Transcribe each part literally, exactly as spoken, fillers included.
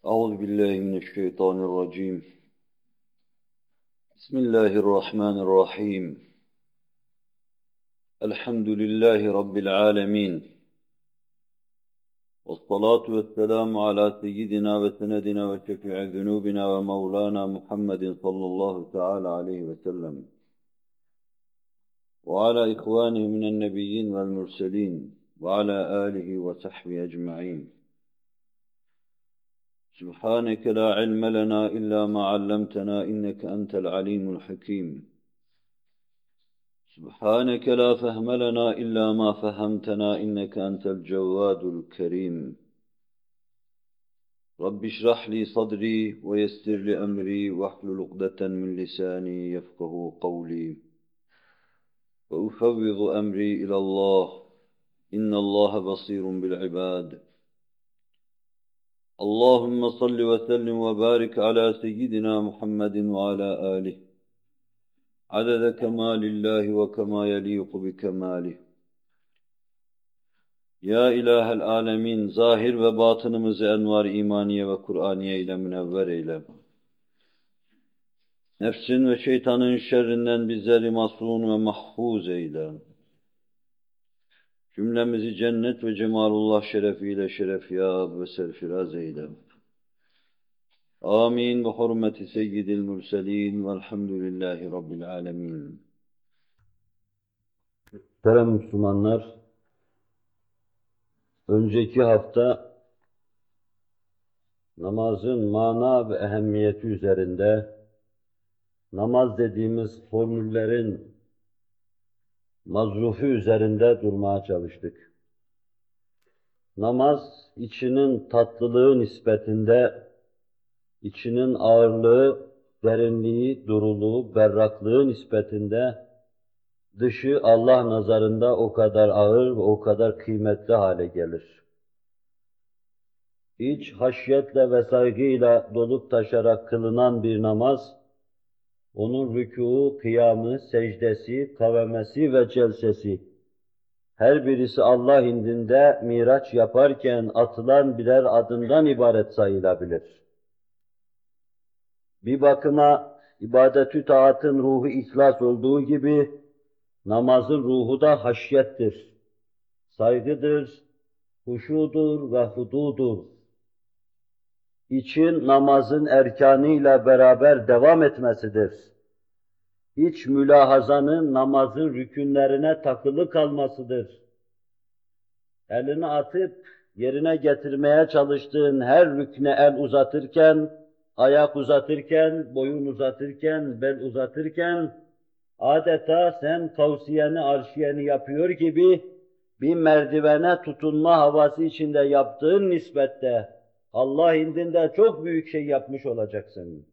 أعوذ بالله من الشيطان الرجيم. بسم الله الرحمن الرحيم. الحمد لله رب العالمين. والصلاة والسلام على سيدنا وسندنا وشفيع ذنوبنا ومولانا محمد صلى الله تعالى عليه وسلم وعلى إخوانه من النبيين والمرسلين وعلى آله وصحبه أجمعين. سبحانك لا علم لنا إلا ما علمتنا إنك أنت العليم الحكيم. سبحانك لا فهم لنا إلا ما فهمتنا إنك أنت الجواد الكريم. رب اشرح لي صدري ويسر لي أمري واحلل عقدة من لساني يفقه قولي وأفوض أمري إلى الله إن الله بصير بالعباد. اللهم صل وسلم وبارك على سيدنا محمد وعلى آله عدد كمال الله وكما يليق بكماله. Ya İlahel Alemin, zahir ve batınımızı envar imaniye ve Kur'aniye ile münevver eyle. Nefsin ve şeytanın şerrinden bizleri masum ve mahfuz eyle. Cümlemizi cennet ve cemalullah şerefiyle şerefyab ve serfiraz eyle. Amin ve hurmeti seyyidil mürselin velhamdülillahi rabbil alemin. Muhterem Müslümanlar, önceki hafta namazın mana ve ehemmiyeti üzerinde, namaz dediğimiz formüllerin mazrufu üzerinde durmaya çalıştık. Namaz, içinin tatlılığı nispetinde, içinin ağırlığı, derinliği, duruluğu, berraklığı nispetinde, dışı Allah nazarında o kadar ağır ve o kadar kıymetli hale gelir. İç haşyetle ve saygıyla dolup taşarak kılınan bir namaz, onun rükûu, kıyamı, secdesi, kavemesi ve celsesi, her birisi Allah indinde miraç yaparken atılan birer adımdan ibaret sayılabilir. Bir bakıma ibadet-ü taatın ruhu ihlas olduğu gibi, namazın ruhu da haşyettir, saygıdır, huşudur ve hududur. İçin namazın erkanıyla beraber devam etmesidir. İç mülahazanın namazın rükünlerine takılı kalmasıdır. Elini atıp yerine getirmeye çalıştığın her rükne el uzatırken, ayak uzatırken, boyun uzatırken, bel uzatırken, adeta sen kavsiyeni, arşiyeni yapıyor gibi bir merdivene tutunma havası içinde yaptığın nispette Allah indinde çok büyük şey yapmış olacaksın.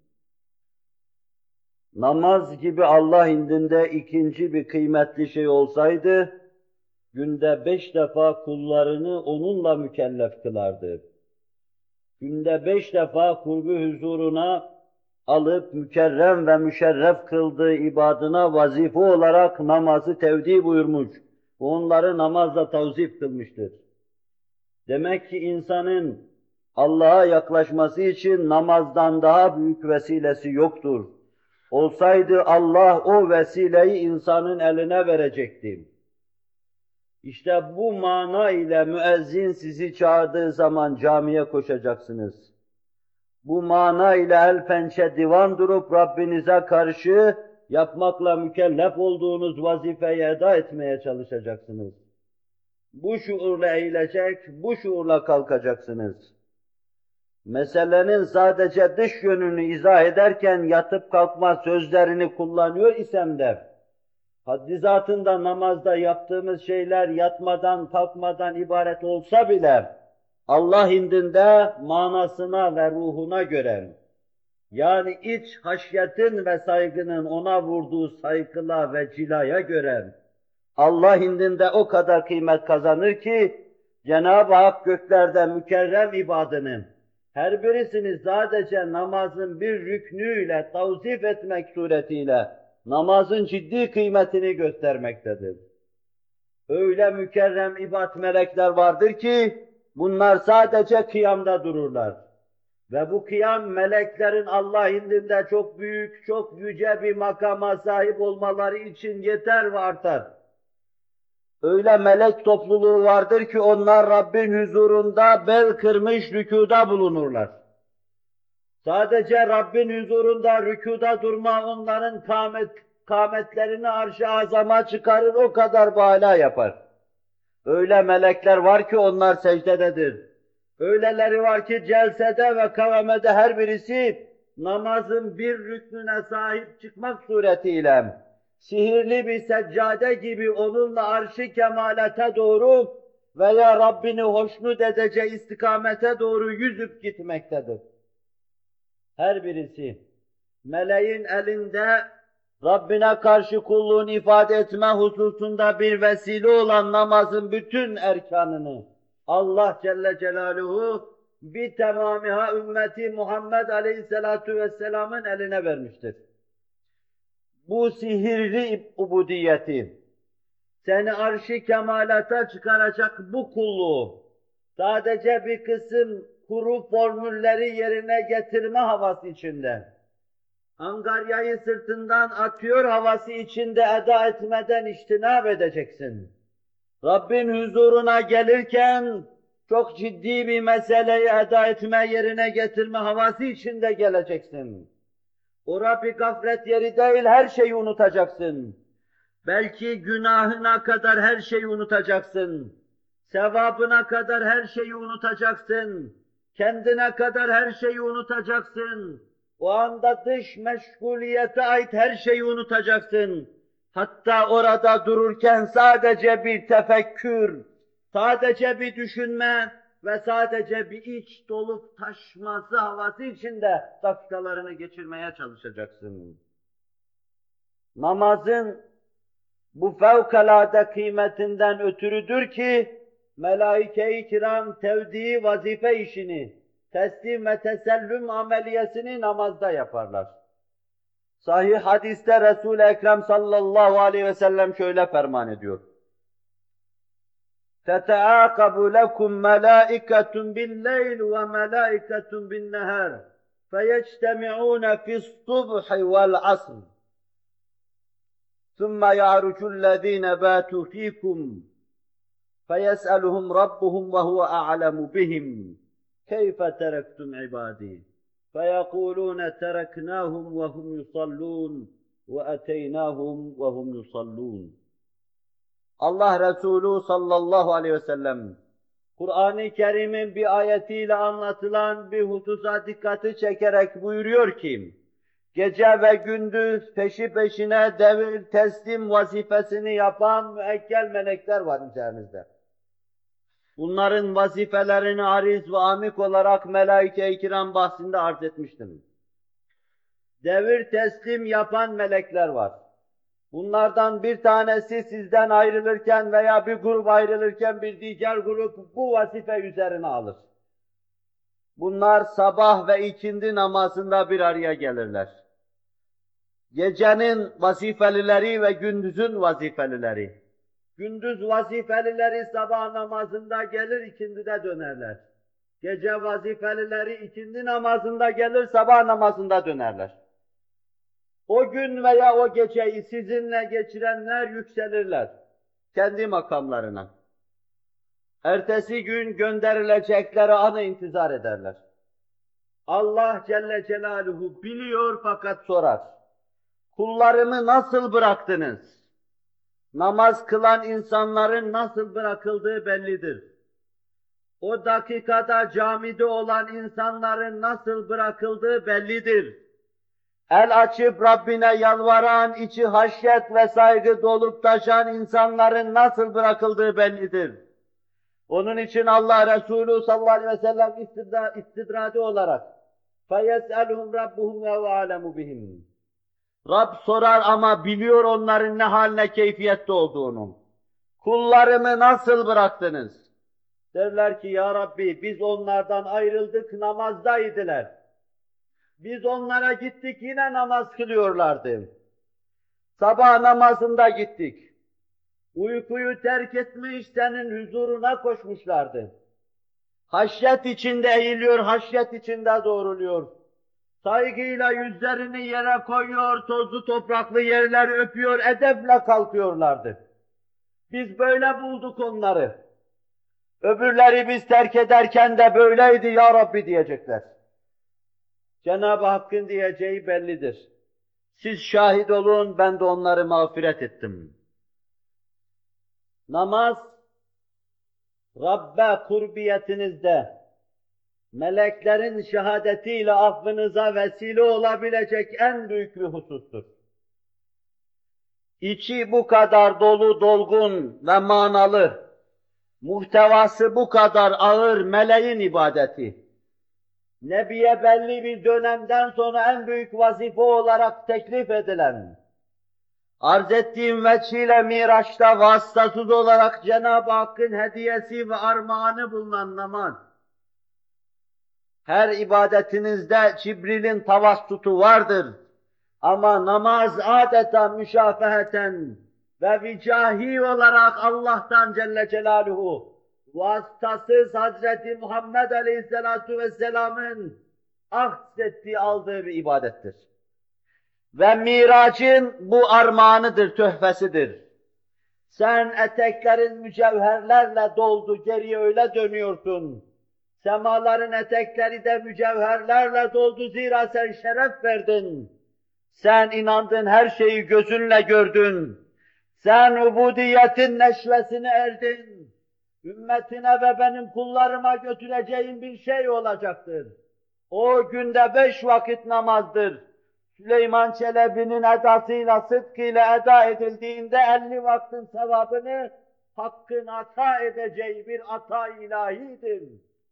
Namaz gibi Allah indinde ikinci bir kıymetli şey olsaydı, günde beş defa kullarını onunla mükellef kılardı. Günde beş defa kurbu huzuruna alıp mükerrem ve müşerref kıldığı ibadına vazife olarak namazı tevdi buyurmuş. Onları namazla tavzif kılmıştır. Demek ki insanın Allah'a yaklaşması için namazdan daha büyük vesilesi yoktur. Olsaydı Allah o vesileyi insanın eline verecekti. İşte bu mana ile müezzin sizi çağırdığı zaman camiye koşacaksınız. Bu mana ile el pençe divan durup Rabbinize karşı yapmakla mükellef olduğunuz vazifeyi eda etmeye çalışacaksınız. Bu şuurla eğilecek, bu şuurla kalkacaksınız. Meselenin sadece dış yönünü izah ederken yatıp kalkma sözlerini kullanıyor isem de, haddi zatında namazda yaptığımız şeyler yatmadan kalkmadan ibaret olsa bile, Allah indinde manasına ve ruhuna göre, yani iç haşyetin ve saygının ona vurduğu saygıla ve cilaya göre, Allah indinde o kadar kıymet kazanır ki, Cenab-ı Hak göklerde mükerrem ibadının, her birisini sadece namazın bir rüknüyle tavzif etmek suretiyle, namazın ciddi kıymetini göstermektedir. Öyle mükerrem ibad melekler vardır ki, bunlar sadece kıyamda dururlar. Ve bu kıyam meleklerin Allah indinde çok büyük, çok yüce bir makama sahip olmaları için yeter ve artar. Öyle melek topluluğu vardır ki onlar Rabbin huzurunda bel kırmış rükûda bulunurlar. Sadece Rabbin huzurunda rükûda durma onların kâmet, kâmetlerini arş-ı azama çıkarır, o kadar bâlâ yapar. Öyle melekler var ki onlar secdededir. Öyleleri var ki celsede ve kavamede her birisi namazın bir rüknüne sahip çıkmak suretiyle sihirli bir seccade gibi onunla arş-ı kemalete doğru veya Rabbini hoşnut edeceği istikamete doğru yüzüp gitmektedir. Her birisi meleğin elinde Rabbine karşı kulluğunu ifade etme hususunda bir vesile olan namazın bütün erkanını Allah Celle Celaluhu bir tamamiha ümmeti Muhammed Aleyhisselatu Vesselam'ın eline vermiştir. Bu sihirli ubudiyeti, seni arş-ı kemalata çıkaracak bu kulluğu, sadece bir kısım kuru formülleri yerine getirme havası içinde, angaryayı sırtından atıyor havası içinde eda etmeden içtinab edeceksin. Rabbin huzuruna gelirken çok ciddi bir meseleyi eda etme yerine getirme havası içinde geleceksin. Ora bir gaflet yeri değil, her şeyi unutacaksın. Belki günahına kadar her şeyi unutacaksın. Sevabına kadar her şeyi unutacaksın. Kendine kadar her şeyi unutacaksın. O anda dış meşguliyete ait her şeyi unutacaksın. Hatta orada dururken sadece bir tefekkür, sadece bir düşünme ve sadece bir iç dolup taşması havası içinde dakikalarını geçirmeye çalışacaksın. Namazın bu fevkalade kıymetinden ötürüdür ki melaike-i kiram tevdi vazife işini, teslim ve tesellüm ameliyesini namazda yaparlar. Sahih hadiste Resul-i Ekrem sallallahu aleyhi ve sellem şöyle ferman ediyor. تَتَعَاقَبُ لَكُمْ مَلَائِكَةٌ بِاللَّيْلِ وَمَلَائِكَةٌ بِالنَّهَارِ فَيَجْتَمِعُونَ فِي الصُّبْحِ وَالْعَصْرِ ثُمَّ يَعْرُجُ الَّذ۪ينَ بَاتُوا ف۪يكُمْ فَيَسْأَلُهُمْ رَبُّهُمْ وَهُوَ أَعْلَمُ بِهِمْ كَيْفَ تَرَكْتُمْ عِبَادِي فَيَقُولُونَ تَرَكْنَاهُمْ وَهُمْ يُصَلُّونَ وَأَتَيْنَاهُمْ وَهُمْ يُصَلُّونَ. Allah Resulü sallallahu aleyhi ve sellem Kur'an-ı Kerim'in bir ayetiyle anlatılan bir hususa dikkati çekerek buyuruyor ki, gece ve gündüz peşi peşine devir teslim vazifesini yapan müekkel melekler var üzerimizde. Bunların vazifelerini ariz ve amik olarak melaike-i kiram bahsinde arz etmiştim. Devir teslim yapan melekler var. Bunlardan bir tanesi sizden ayrılırken veya bir grup ayrılırken bir diğer grup bu vazife üzerine alır. Bunlar sabah ve ikindi namazında bir araya gelirler. Gecenin vazifelileri ve gündüzün vazifelileri. Gündüz vazifelileri sabah namazında gelir, ikindide dönerler. Gece vazifelileri ikindi namazında gelir, sabah namazında dönerler. O gün veya o geceyi sizinle geçirenler yükselirler kendi makamlarına. Ertesi gün gönderilecekleri anı intizar ederler. Allah Celle Celaluhu biliyor fakat sorar. Kullarımı nasıl bıraktınız? Namaz kılan insanların nasıl bırakıldığı bellidir. O dakikada camide olan insanların nasıl bırakıldığı bellidir. El açıp Rabbine yalvaran, içi haşyet ve saygı dolup taşan insanların nasıl bırakıldığı bellidir. Onun için Allah Resulü sallallahu aleyhi ve sellem istidra, istidradi olarak فَيَسْأَلُهُمْ رَبُّهُمْ وَهُوَ عَلَمُ بِهِمْ. Rab sorar ama biliyor onların ne haline keyfiyette olduğunu. Kullarımı nasıl bıraktınız? Derler ki ya Rabbi biz onlardan ayrıldık, namazdaydılar. Biz onlara gittik, yine namaz kılıyorlardı. Sabah namazında gittik. Uykuyu terk etmiş, senin huzuruna koşmuşlardı. Haşyet içinde eğiliyor, haşyet içinde doğruluyor. Saygıyla yüzlerini yere koyuyor, tozlu topraklı yerler öpüyor, edeple kalkıyorlardı. Biz böyle bulduk onları. Öbürleri biz terk ederken de böyleydi ya Rabbi diyecekler. Cenab-ı Hakk'ın diyeceği bellidir. Siz şahit olun, ben de onları mağfiret ettim. Namaz, Rabbe kurbiyetinizde, meleklerin şehadetiyle affınıza vesile olabilecek en büyük bir husustur. İçi bu kadar dolu, dolgun ve manalı, muhtevası bu kadar ağır meleğin ibadeti, Nebiye belli bir dönemden sonra en büyük vazife olarak teklif edilen, arz ettiğim veçhiyle Miraç'ta vasıtasız olarak Cenab-ı Hakk'ın hediyesi ve armağanı bulunan namaz, her ibadetinizde Cibril'in tavassutu vardır. Ama namaz adeta müşafeheten ve vicahi olarak Allah'tan Celle Celaluhu vasıtasız Hazreti Muhammed Aleyhisselatu Vesselam'ın ahsettiği, aldığı bir ibadettir. Ve Mirac'ın bu armağanıdır, töhfesidir. Sen eteklerin mücevherlerle doldu, geriye öyle dönüyorsun. Semaların etekleri de mücevherlerle doldu, zira sen şeref verdin. Sen inandın, her şeyi gözünle gördün. Sen ubudiyetin neşvesine erdin. Ümmetine ve benim kullarıma götüreceğin bir şey olacaktır. O günde beş vakit namazdır. Süleyman Çelebi'nin edasıyla, sıdkıyla eda edildiğinde elli vaktin sevabını Hakk'ın ata edeceği bir ata ilahidir.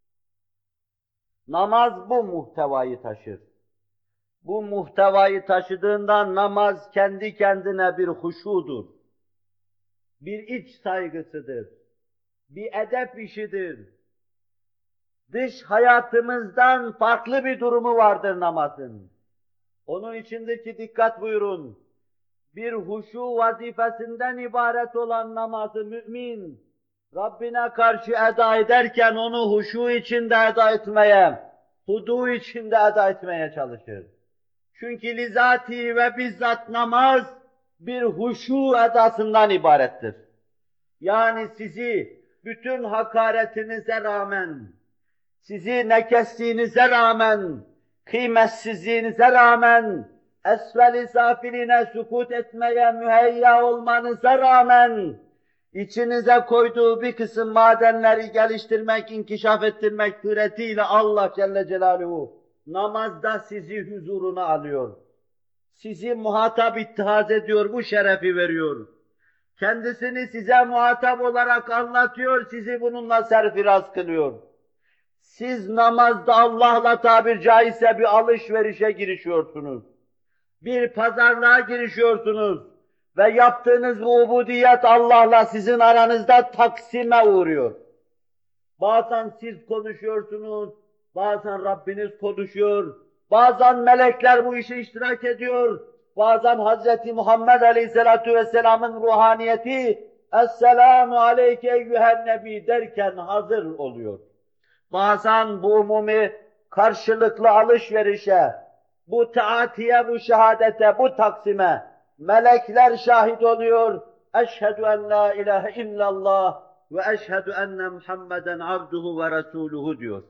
Namaz bu muhtevayı taşır. Bu muhtevayı taşıdığından namaz kendi kendine bir huşudur. Bir iç saygısıdır. Bir edep işidir. Dış hayatımızdan farklı bir durumu vardır namazın. Onun içindeki dikkat buyurun. Bir huşu vazifesinden ibaret olan namazı mümin, Rabbine karşı eda ederken onu huşu içinde eda etmeye, hudu içinde eda etmeye çalışır. Çünkü lizati ve bizzat namaz bir huşu edasından ibarettir. Yani sizi bütün hakaretinize rağmen, sizi nekesliğinize rağmen, kıymetsizliğinize rağmen, esvel-i safiline sukut etmeye müheyya olmanıza rağmen, içinize koyduğu bir kısım madenleri geliştirmek, inkişaf ettirmek suretiyle Allah Celle Celaluhu namazda sizi huzuruna alıyor. Sizi muhatap ittihaz ediyor, bu şerefi veriyor. Kendisini size muhatap olarak anlatıyor, sizi bununla serfiraz kılıyor. Siz namazda Allah'la tabir caizse bir alışverişe girişiyorsunuz. Bir pazarlığa girişiyorsunuz. Ve yaptığınız bu ubudiyet Allah'la sizin aranızda taksime uğruyor. Bazen siz konuşuyorsunuz, bazen Rabbiniz konuşuyor, bazen melekler bu işe iştirak ediyor, bazen Hazreti Muhammed Aleyhisselatu Vesselam'ın ruhaniyeti Esselamu aleyke eyyühen nebi derken hazır oluyor. Bazen bu umumi karşılıklı alışverişe, bu taatiye, bu şehadete, bu taksime melekler şahit oluyor. Eşhedü en la ilahe illallah ve eşhedü enne Muhammeden abduhu ve resuluhu diyor.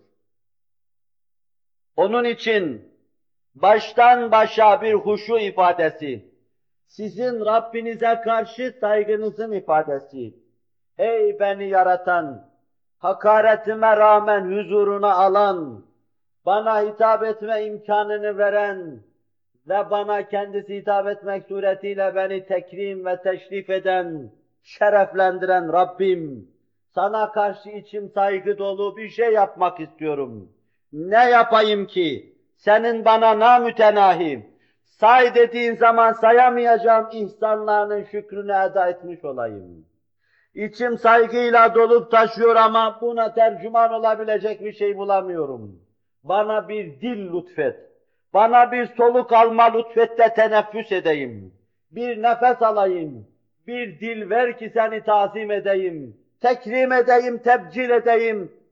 Onun için baştan başa bir huşu ifadesi, sizin Rabbinize karşı saygınızın ifadesi. Ey beni yaratan, hakaretime rağmen huzuruna alan, bana hitap etme imkanını veren ve bana kendisi hitap etmek suretiyle beni tekrim ve teşrif eden, şereflendiren Rabbim, sana karşı içim saygı dolu bir şey yapmak istiyorum. Ne yapayım ki senin bana namütenahi, say dediğin zaman sayamayacağım ihsanlarının şükrünü eda etmiş olayım. İçim saygıyla dolup taşıyor ama buna tercüman olabilecek bir şey bulamıyorum. Bana bir dil lütfet, bana bir soluk alma lütfet de teneffüs edeyim. Bir nefes alayım, bir dil ver ki seni tazim edeyim, tekrim edeyim, tebcil edeyim,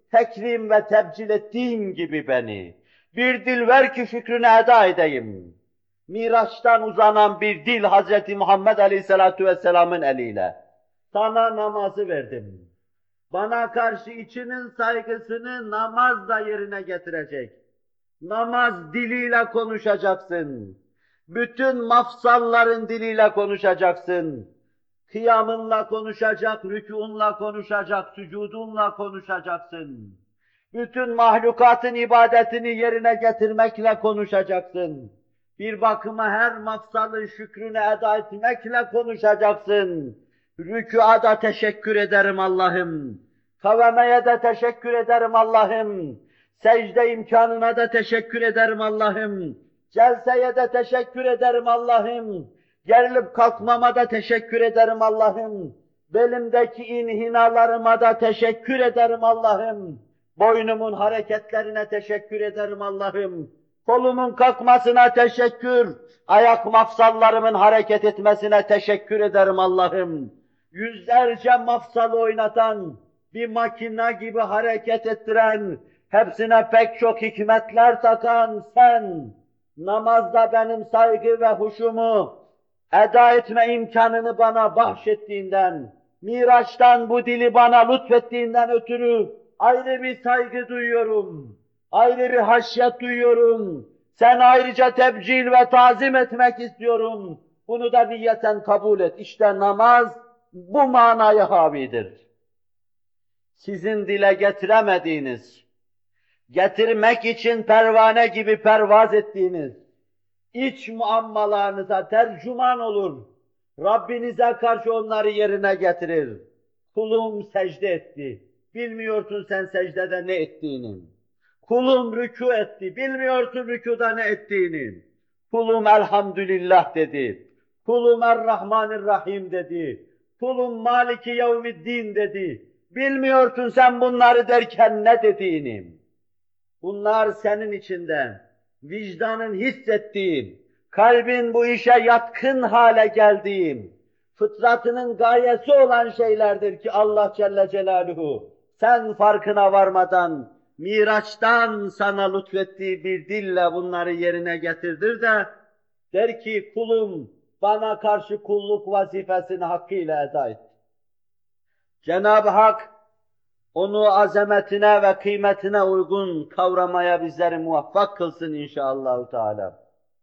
tekrim ve tebcil ettiğin gibi beni. Bir dil ver ki şükrünü eda edeyim. Miraç'tan uzanan bir dil Hazreti Muhammed Aleyhisselatü Vesselam'ın eliyle. Sana namazı verdim. Bana karşı içinin saygısını namazla yerine getirecek. Namaz diliyle konuşacaksın. Bütün mafsalların diliyle konuşacaksın. Kıyamınla konuşacak, rükûnla konuşacak, sücudunla konuşacaksın. Bütün mahlukatın ibadetini yerine getirmekle konuşacaksın. Bir bakıma her mafsalın şükrünü eda etmekle konuşacaksın. Rükûa da teşekkür ederim Allah'ım. Kavemeye de teşekkür ederim Allah'ım. Secde imkanına da teşekkür ederim Allah'ım. Celseye de teşekkür ederim Allah'ım. Gerilip kalkmama da teşekkür ederim Allah'ım. Belimdeki inhinalarıma da teşekkür ederim Allah'ım. Boynumun hareketlerine teşekkür ederim Allah'ım. Kolumun kalkmasına teşekkür, ayak mafsallarımın hareket etmesine teşekkür ederim Allah'ım. Yüzlerce mafsalı oynatan, bir makina gibi hareket ettiren, hepsine pek çok hikmetler takan sen, namazda benim saygı ve huşumu eda etme imkanını bana bahşettiğinden, Miraç'tan bu dili bana lütfettiğinden ötürü ayrı bir saygı duyuyorum, ayrı bir haşyet duyuyorum. Sen ayrıca tebcil ve tazim etmek istiyorum. Bunu da niyeten kabul et. İşte namaz bu manaya havidir. Sizin dile getiremediğiniz, getirmek için pervane gibi pervaz ettiğiniz, iç muammalarınıza tercüman olur. Rabbinize karşı onları yerine getirir. Kulum secde etti. Bilmiyorsun sen secdede ne ettiğini. Kulum rükû etti. Bilmiyorsun rükûda ne ettiğini. Kulum elhamdülillah dedi. Kulum errahmanirrahim dedi. Kulum maliki yevmiddin dedi. Bilmiyorsun sen bunları derken ne dediğini. Bunlar senin içinde, vicdanın hissettiğin, kalbin bu işe yatkın hale geldiğin, fıtratının gayesi olan şeylerdir ki Allah Celle Celaluhu sen farkına varmadan Miraç'tan sana lütfettiği bir dille bunları yerine getirdir de der ki kulum bana karşı kulluk vazifesini hakkıyla eda et. Cenab-ı Hak onu azametine ve kıymetine uygun kavramaya bizleri muvaffak kılsın inşallah Teala.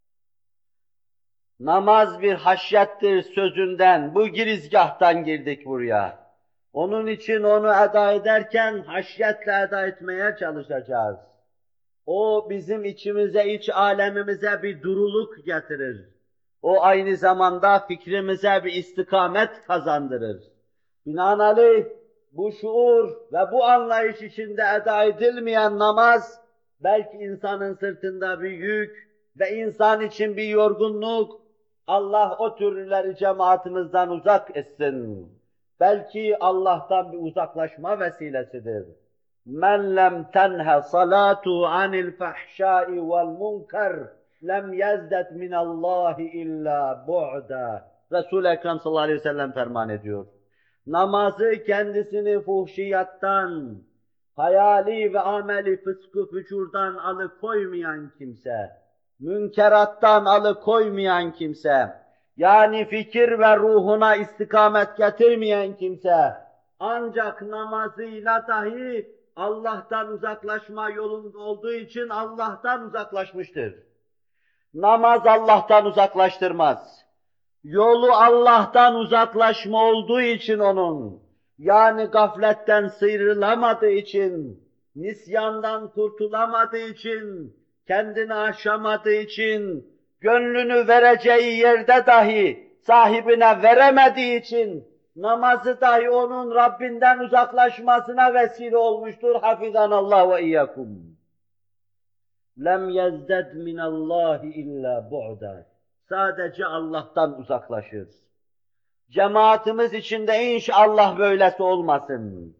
Namaz bir haşyettir sözünden, bu girizgahtan girdik buraya. Onun için onu eda ederken haşyetle eda etmeye çalışacağız. O bizim içimize, iç alemimize bir duruluk getirir. O aynı zamanda fikrimize bir istikamet kazandırır. Binaenaleyh bu şuur ve bu anlayış içinde eda edilmeyen namaz, belki insanın sırtında bir yük ve insan için bir yorgunluk, Allah o türleri cemaatimizden uzak etsin. Belki Allah'tan bir uzaklaşma vesilesidir. Men lem tenhe salatu anil fahşai vel munkar lem yezdet minallahi illa bu'da. Resul-i Ekrem sallallahu aleyhi ve sellem ferman ediyor. Namazı kendisini fuhşiyattan, hayali ve ameli fıskı fücurdan alıkoymayan kimse, münkerattan alıkoymayan kimse, yani fikir ve ruhuna istikamet getirmeyen kimse, ancak namazıyla dahi Allah'tan uzaklaşma yolunda olduğu için Allah'tan uzaklaşmıştır. Namaz Allah'tan uzaklaştırmaz. Yolu Allah'tan uzaklaşma olduğu için onun, yani gafletten sıyrılamadığı için, nisyandan kurtulamadığı için, kendini aşamadığı için, gönlünü vereceği yerde dahi sahibine veremediği için, namazı dahi onun Rabbinden uzaklaşmasına vesile olmuştur. Hafizanallah ve iyyakum. Lem yezded minallahi illa bu'da. Sadece Allah'tan uzaklaşır. Cemaatimiz içinde inşallah böylesi olmasın.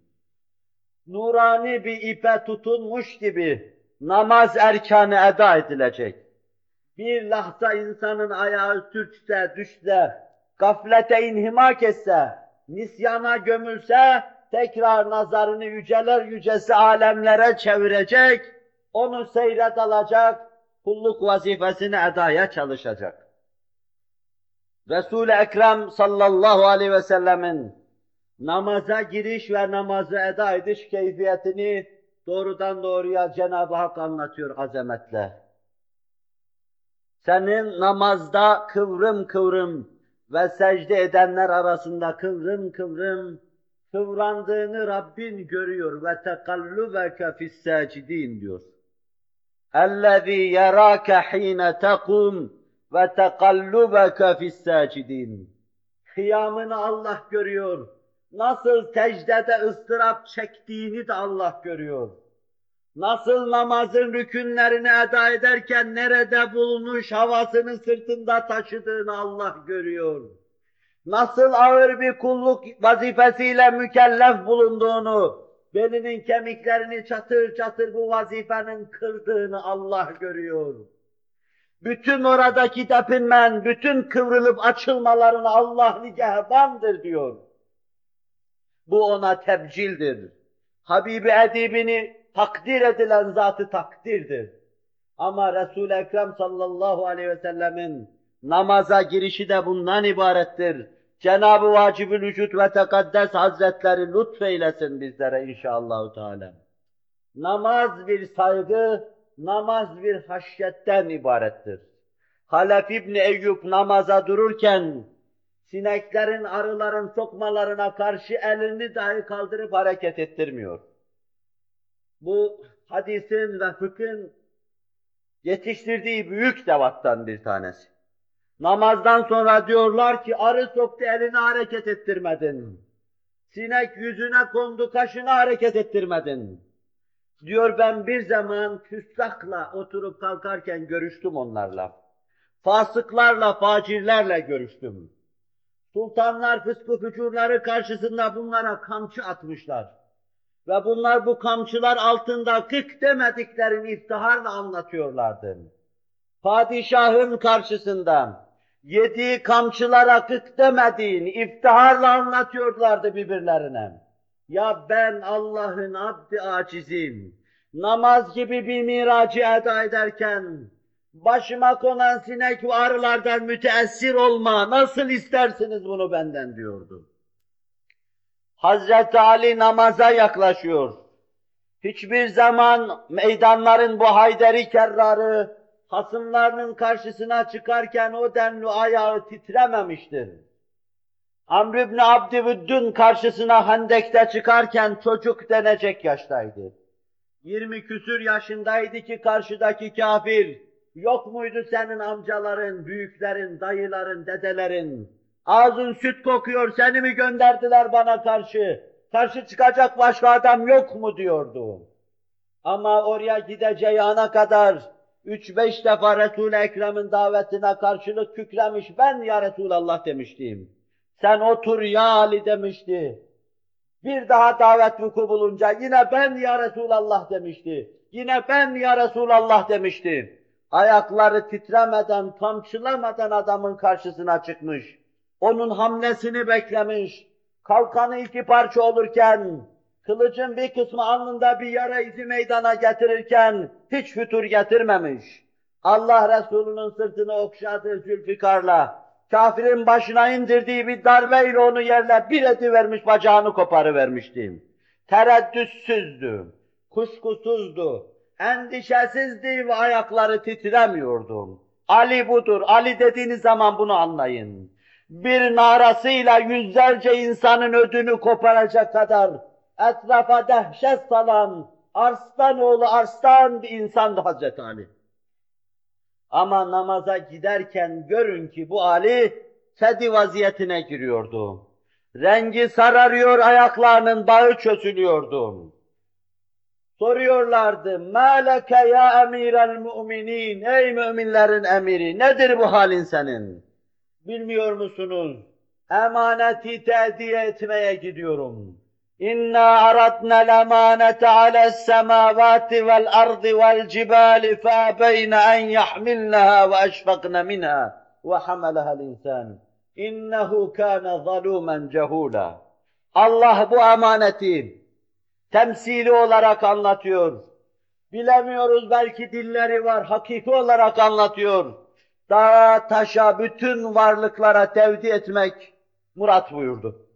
Nurani bir ipe tutunmuş gibi namaz erkanı eda edilecek. Bir lahza insanın ayağı sürçse, düşse, gaflete inhimak etse, nisyana gömülse, tekrar nazarını yüceler yücesi alemlere çevirecek, onu seyret alacak, kulluk vazifesini edaya çalışacak. Resul-i Ekrem sallallahu aleyhi ve sellemin namaza giriş ve namazı eda ediş keyfiyetini doğrudan doğruya Cenab-ı Hak anlatıyor azametle. Senin namazda kıvrım kıvrım ve secde edenler arasında kıvrım kıvrım kıvrandığını Rabbin görüyor ve tekallubeke fis-sacidin diyor. اَلَّذ۪ي يَرَاكَ ح۪ينَ تَقُومُ وَتَقَلُّبَكَ فِي السَّاجِدِينَ. Kıyamını Allah görüyor. Nasıl secdede ıstırap çektiğini de Allah görüyor. Nasıl namazın rükünlerini eda ederken nerede bulunmuş havasını sırtında taşıdığını Allah görüyor. Nasıl ağır bir kulluk vazifesiyle mükellef bulunduğunu, belinin kemiklerini çatır çatır bu vazifenin kırdığını Allah görüyor. Bütün oradaki tepinmen, bütün kıvrılıp açılmalarını Allah nigehbandır diyor. Bu ona tebcildir. Habibi edibini takdir edilen zatı takdirdir. Ama Resul-i Ekrem sallallahu aleyhi ve sellemin namaza girişi de bundan ibarettir. Cenab-ı Vacib-ül Vücud ve Tekaddes Hazretleri lütfeylesin bizlere inşallahü teala. Namaz bir saygı, namaz bir haşyetten ibarettir. Halef İbni Eyyub namaza dururken, sineklerin, arıların sokmalarına karşı elini dahi kaldırıp hareket ettirmiyor. Bu hadisin ve fıkhın yetiştirdiği büyük zevattan bir tanesi. Namazdan sonra diyorlar ki, arı soktu elini hareket ettirmedin. Sinek yüzüne kondu kaşını hareket ettirmedin. Diyor ben bir zaman küstahla oturup kalkarken görüştüm onlarla. Fasıklarla, facirlerle görüştüm. Sultanlar, fıskı fücurları karşısında bunlara kamçı atmışlar. Ve bunlar bu kamçılar altında kık demediklerini iftiharla anlatıyorlardı. Padişahın karşısında yediği kamçılara kık demediğini iftiharla anlatıyorlardı birbirlerine. Ya ben Allah'ın abdi acizim, namaz gibi bir miracı eda ederken, başıma konan sinek ve arılardan müteessir olma, nasıl istersiniz bunu benden diyordu. Hazreti Ali namaza yaklaşıyor. Hiçbir zaman meydanların bu hayderi kerrarı, hasımlarının karşısına çıkarken o denli ayağı titrememiştir. Amr ibn Abdüvüddün karşısına Hendek'te çıkarken çocuk denecek yaştaydı. Yirmi küsür yaşındaydı ki karşıdaki kafir, yok muydu senin amcaların, büyüklerin, dayıların, dedelerin? Ağzın süt kokuyor, seni mi gönderdiler bana karşı? Karşı çıkacak başka adam yok mu diyordu. Ama oraya gideceği ana kadar üç beş defa Resul-i Ekrem'in davetine karşılık kükremiş, ben ya Resulallah demiştim. Sen otur ya Ali demişti. Bir daha davet vuku bulunca yine ben ya Resulallah demişti. Yine ben ya Resulallah demişti. Ayakları titremeden, kamçılamadan adamın karşısına çıkmış. Onun hamlesini beklemiş. Kalkanı iki parça olurken, kılıcın bir kısmı alnında bir yara izi meydana getirirken hiç fütur getirmemiş. Allah Resulü'nün sırtını okşadığı Zülfikar'la, kafirin başına indirdiği bir darbeyle onu yerle bir edivermiş, bacağını koparıvermişti. Tereddütsüzdü, kuşkusuzdu, endişesizdi ve ayakları titremiyordu. Ali budur, Ali dediğiniz zaman bunu anlayın. Bir narasıyla yüzlerce insanın ödünü koparacak kadar etrafa dehşet salan Arslanoğlu Arslan bir insandı Hazreti Ali. Ama namaza giderken görün ki bu Ali kedi vaziyetine giriyordu. Rengi sararıyor, ayaklarının bağı çözülüyordu. Soruyorlardı, مَا لَكَ يَا اَمِيرَ الْمُؤْمِنِينَ Ey müminlerin emiri, nedir bu halin senin? Bilmiyor musunuz? Emaneti te'diye etmeye gidiyorum. İnna aradna l-emanete ale's-semavati vel-ardi vel-cibali fe-abeyne en yahmilnaha ve eşfakna minha ve hamalaha l-insan. İnnehu kâne zalûmen cehûlâ. Allah bu emaneti temsili olarak anlatıyor. Bilemiyoruz, belki dilleri var, hakiki olarak anlatıyor. Dağa, taşa, bütün varlıklara tevdi etmek murat buyurdu.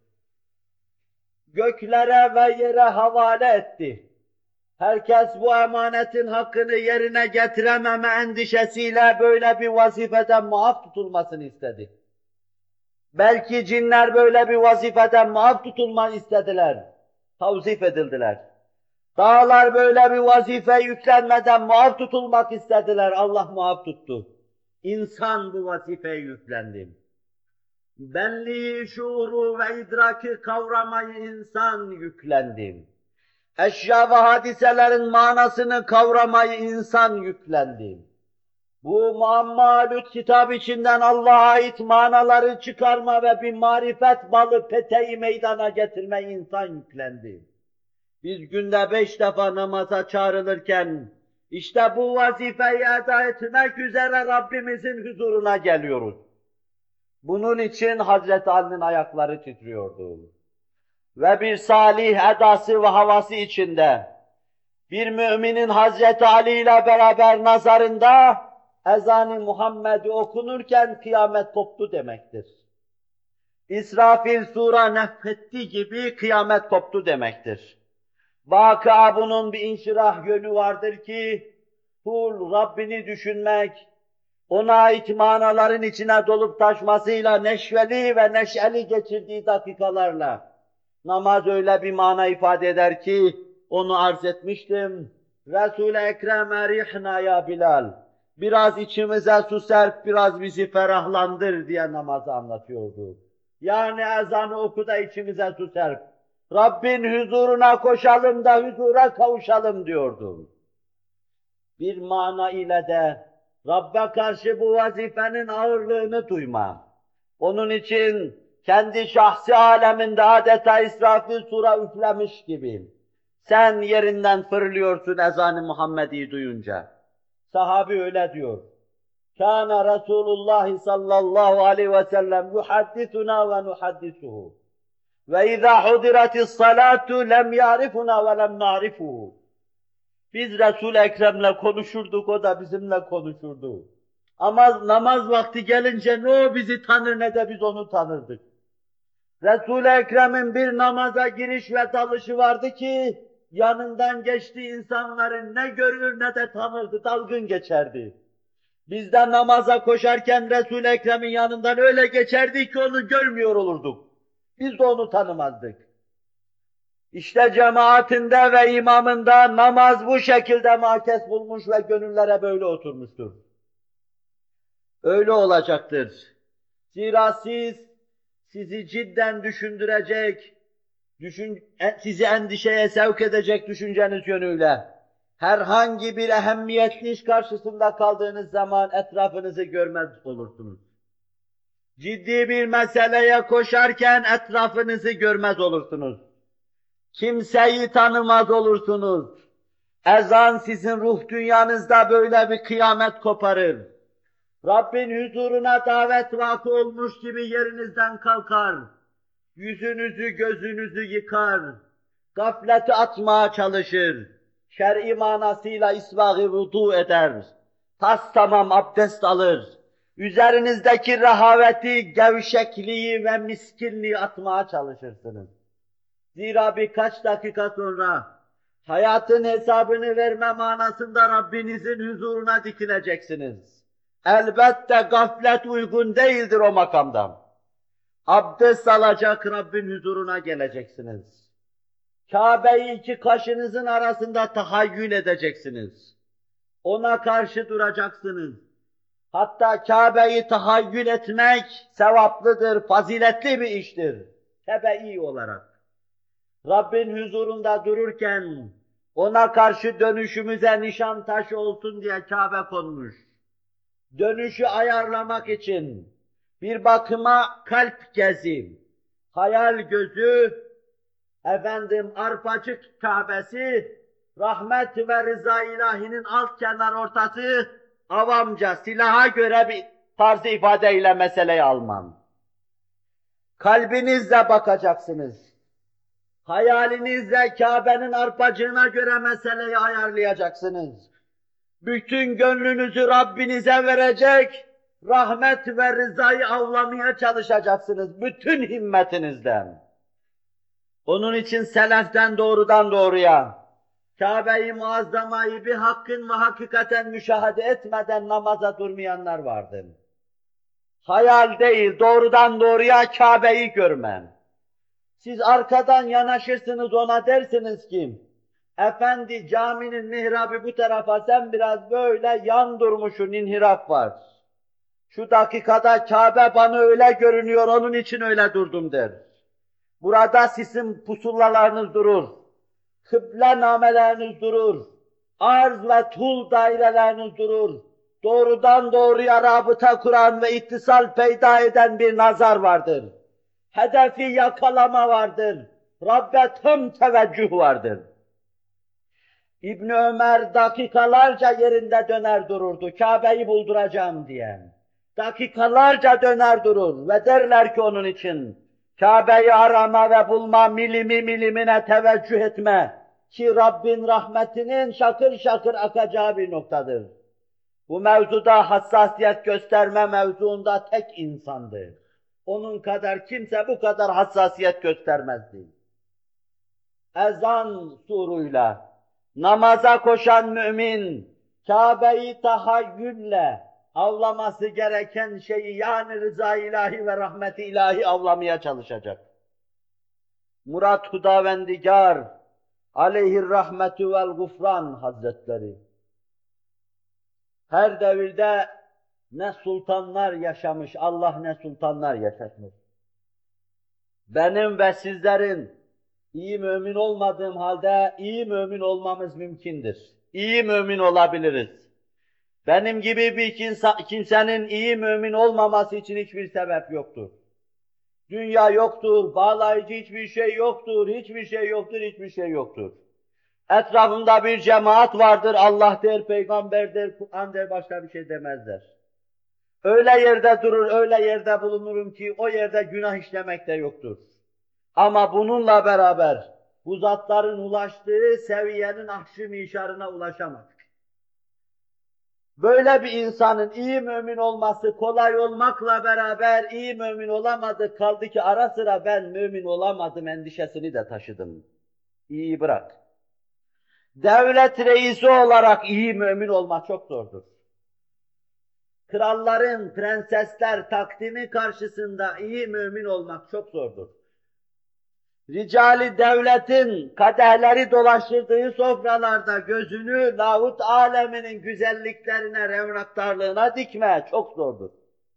Göklere ve yere havale etti. Herkes bu emanetin hakkını yerine getirememe endişesiyle böyle bir vazifeden muaf tutulmasını istedi. Belki cinler böyle bir vazifeden muaf tutulmayı istediler. Tavzif edildiler. Dağlar böyle bir vazife yüklenmeden muaf tutulmak istediler. Allah muaf tuttu. İnsan bu vazifeye yüklendi. Benliği, şuuru ve idraki kavramayı insan yüklendi. Eşya ve hadiselerin manasını kavramayı insan yüklendi. Bu muammalüt kitap içinden Allah'a ait manaları çıkarma ve bir marifet balı peteği meydana getirme insan yüklendi. Biz günde beş defa namaza çağrılırken, işte bu vazifeyi eda etmek üzere Rabbimizin huzuruna geliyoruz. Bunun için Hazreti Ali'nin ayakları titriyordu. Ve bir salih edası ve havası içinde, bir müminin Hazreti Ali ile beraber nazarında, ezan-ı Muhammed'i okunurken kıyamet koptu demektir. İsrafil sura nefetti gibi kıyamet koptu demektir. Vaka bunun bir inşirah yönü vardır ki, kul Rabbini düşünmek, ona ait manaların içine dolup taşmasıyla neşveli ve neşeli geçirdiği dakikalarla, namaz öyle bir mana ifade eder ki, onu arz etmiştim. Resul-i Ekrem erihna ya Bilal, biraz içimize su serp, biraz bizi ferahlandır diye namazı anlatıyordu. Yani ezanı oku da içimize su serp. Rabbin huzuruna koşalım da huzura kavuşalım diyordu. Bir mana ile de Rabb'e karşı bu vazifenin ağırlığını duyma. Onun için kendi şahsi aleminde adeta İsrafil sura üflemiş gibi sen yerinden fırlıyorsun ezan-ı Muhammed'i duyunca. Sahabi öyle diyor. Kâne Resulullah sallallahu aleyhi ve sellem yuhaddithuna ve nuhaddisuhu. Ve izâ hudiratis salatu lem ya'rifuna ve lem na'rifuhu. Biz Resul-i Ekrem'le konuşurduk, o da bizimle konuşurdu. Ama namaz vakti gelince ne o bizi tanır ne de biz onu tanırdık. Resul-i Ekrem'in bir namaza giriş ve dalışı vardı ki, yanından geçtiği insanların ne görür ne de tanırdı, dalgın geçerdi. Biz de namaza koşarken Resul-i Ekrem'in yanından öyle geçerdi ki onu görmüyor olurduk. Biz de onu tanımazdık. İşte cemaatinde ve imamında namaz bu şekilde makes bulmuş ve gönüllere böyle oturmuştur. Öyle olacaktır. Zira siz, sizi cidden düşündürecek, düşün, sizi endişeye sevk edecek düşünceniz yönüyle, herhangi bir ehemmiyetli iş karşısında kaldığınız zaman etrafınızı görmez olursunuz. Ciddi bir meseleye koşarken etrafınızı görmez olursunuz. Kimseyi tanımaz olursunuz. Ezan sizin ruh dünyanızda böyle bir kıyamet koparır. Rabbin huzuruna davet vakı olmuş gibi yerinizden kalkar. Yüzünüzü, gözünüzü yıkar. Gafleti atmaya çalışır. Şer'i manasıyla isbâg-ı vudu eder. Tas tamam abdest alır. Üzerinizdeki rehaveti, gevşekliği ve miskinliği atmaya çalışırsınız. Zira birkaç dakika sonra hayatın hesabını verme manasında Rabbinizin huzuruna dikileceksiniz. Elbette gaflet uygun değildir o makamda. Abdest alacak Rabbin huzuruna geleceksiniz. Kabe'yi iki kaşınızın arasında tahayyül edeceksiniz. Ona karşı duracaksınız. Hatta Kabe'yi tahayyül etmek sevaplıdır, faziletli bir iştir. Tebe'i olarak. Rabbin huzurunda dururken ona karşı dönüşümüze nişan taşı olsun diye Kabe konmuş. Dönüşü ayarlamak için bir bakıma kalp gezi, hayal gözü, efendim arpacık Kabe'si, rahmet ve rıza ilahinin alt kenar ortası, avamca silaha göre bir tarz-ı ifadeyle meseleyi almam. Kalbinizle bakacaksınız. Hayalinizle Kabe'nin arpacığına göre meseleyi ayarlayacaksınız. Bütün gönlünüzü Rabbinize verecek, rahmet ve rızayı avlamaya çalışacaksınız bütün himmetinizden. Onun için seleften doğrudan doğruya, Kabe-i Muazzama'yı bir hakkın ve hakikaten müşahede etmeden namaza durmayanlar vardı. Hayal değil, doğrudan doğruya Kabe'yi görmen. Siz arkadan yanaşırsınız ona dersiniz ki, efendi caminin mihrabı bu tarafa sen biraz böyle yan durmuşsun, inhiraf var. Şu dakikada Kabe bana öyle görünüyor, onun için öyle durdum der. Burada sizin pusulalarınız durur, kıble nameleriniz durur, arz ve tul daireleriniz durur. Doğrudan doğruya rabıta kuran ve ittisal peyda eden bir nazar vardır. Hedefi yakalama vardır. Rabbe tam teveccüh vardır. İbn Ömer dakikalarca yerinde döner dururdu, Kabe'yi bulduracağım diye. Dakikalarca döner durur ve derler ki onun için, Kabe'yi arama ve bulma, milimi milimine teveccüh etme ki Rabbin rahmetinin şakır şakır akacağı bir noktadır. Bu mevzuda hassasiyet gösterme mevzuunda tek insandı. Onun kadar kimse bu kadar hassasiyet göstermezdi. Ezan suruyla namaza koşan mümin, Kabe'yi tahayyülle avlaması gereken şeyi yani rıza ilahi ve rahmeti ilahi avlamaya çalışacak. Murat Hudavendigar aleyhir rahmetü vel gufran hazretleri her devirde ne sultanlar yaşamış, Allah ne sultanlar yaşatmış. Benim ve sizlerin iyi mümin olmadığım halde iyi mümin olmamız mümkündür. İyi mümin olabiliriz. Benim gibi bir kimsenin iyi mümin olmaması için hiçbir sebep yoktur. Dünya yoktur, bağlayıcı hiçbir şey yoktur, hiçbir şey yoktur, hiçbir şey yoktur. Etrafımda bir cemaat vardır, Allah der, peygamber der, Kur'an der, başka bir şey demezler. Öyle yerde durur, öyle yerde bulunurum ki o yerde günah işlemek de yoktur. Ama bununla beraber bu zatların ulaştığı seviyenin ahşi mişarına ulaşamaz. Böyle bir insanın iyi mümin olması kolay olmakla beraber iyi mümin olamadı, kaldı ki ara sıra ben mümin olamadım endişesini de taşıdım. İyi bırak. Devlet reisi olarak iyi mümin olmak çok zordur. Kralların, prensesler takdimi karşısında iyi mümin olmak çok zordur. Ricali devletin kadehleri dolaştırdığı sofralarda gözünü lahut aleminin güzelliklerine, revnaktarlığına dikme çok zordur.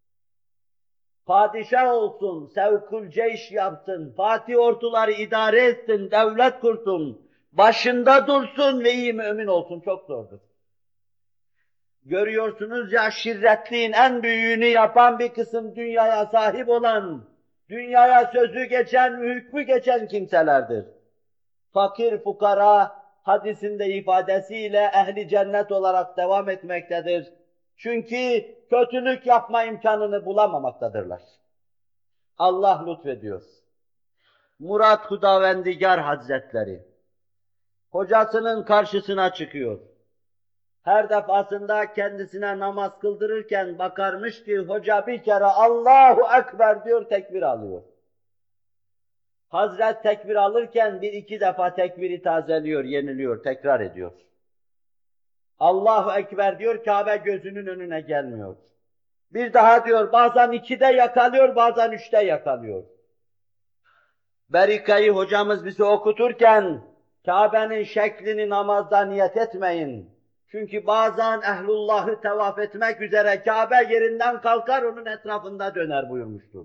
Padişah olsun, sevkul ceyş yapsın, Fatih orduları idare etsin, devlet kursun, başında dursun ve iyi mümin olsun çok zordur. Görüyorsunuz ya şirretliğin en büyüğünü yapan bir kısım dünyaya sahip olan, dünyaya sözü geçen, hükmü geçen kimselerdir. Fakir fukara hadisinde ifadesiyle ehli cennet olarak devam etmektedir. Çünkü kötülük yapma imkanını bulamamaktadırlar. Allah lütfediyor. Murat Hudavendigar Hazretleri hocasının karşısına çıkıyor. Her defasında kendisine namaz kıldırırken bakarmış ki hoca bir kere Allahu Ekber diyor, tekbir alıyor. Hazret tekbir alırken bir iki defa tekbiri tazeliyor, yeniliyor, tekrar ediyor. Allahu Ekber diyor, Kabe gözünün önüne gelmiyor. Bir daha diyor, bazen ikide yakalıyor, bazen üçte yakalıyor. Berikayı hocamız bize okuturken, Kabe'nin şeklini namazda niyet etmeyin. Çünkü bazen ehlullahı tevaf etmek üzere Kabe yerinden kalkar, onun etrafında döner buyurmuştur.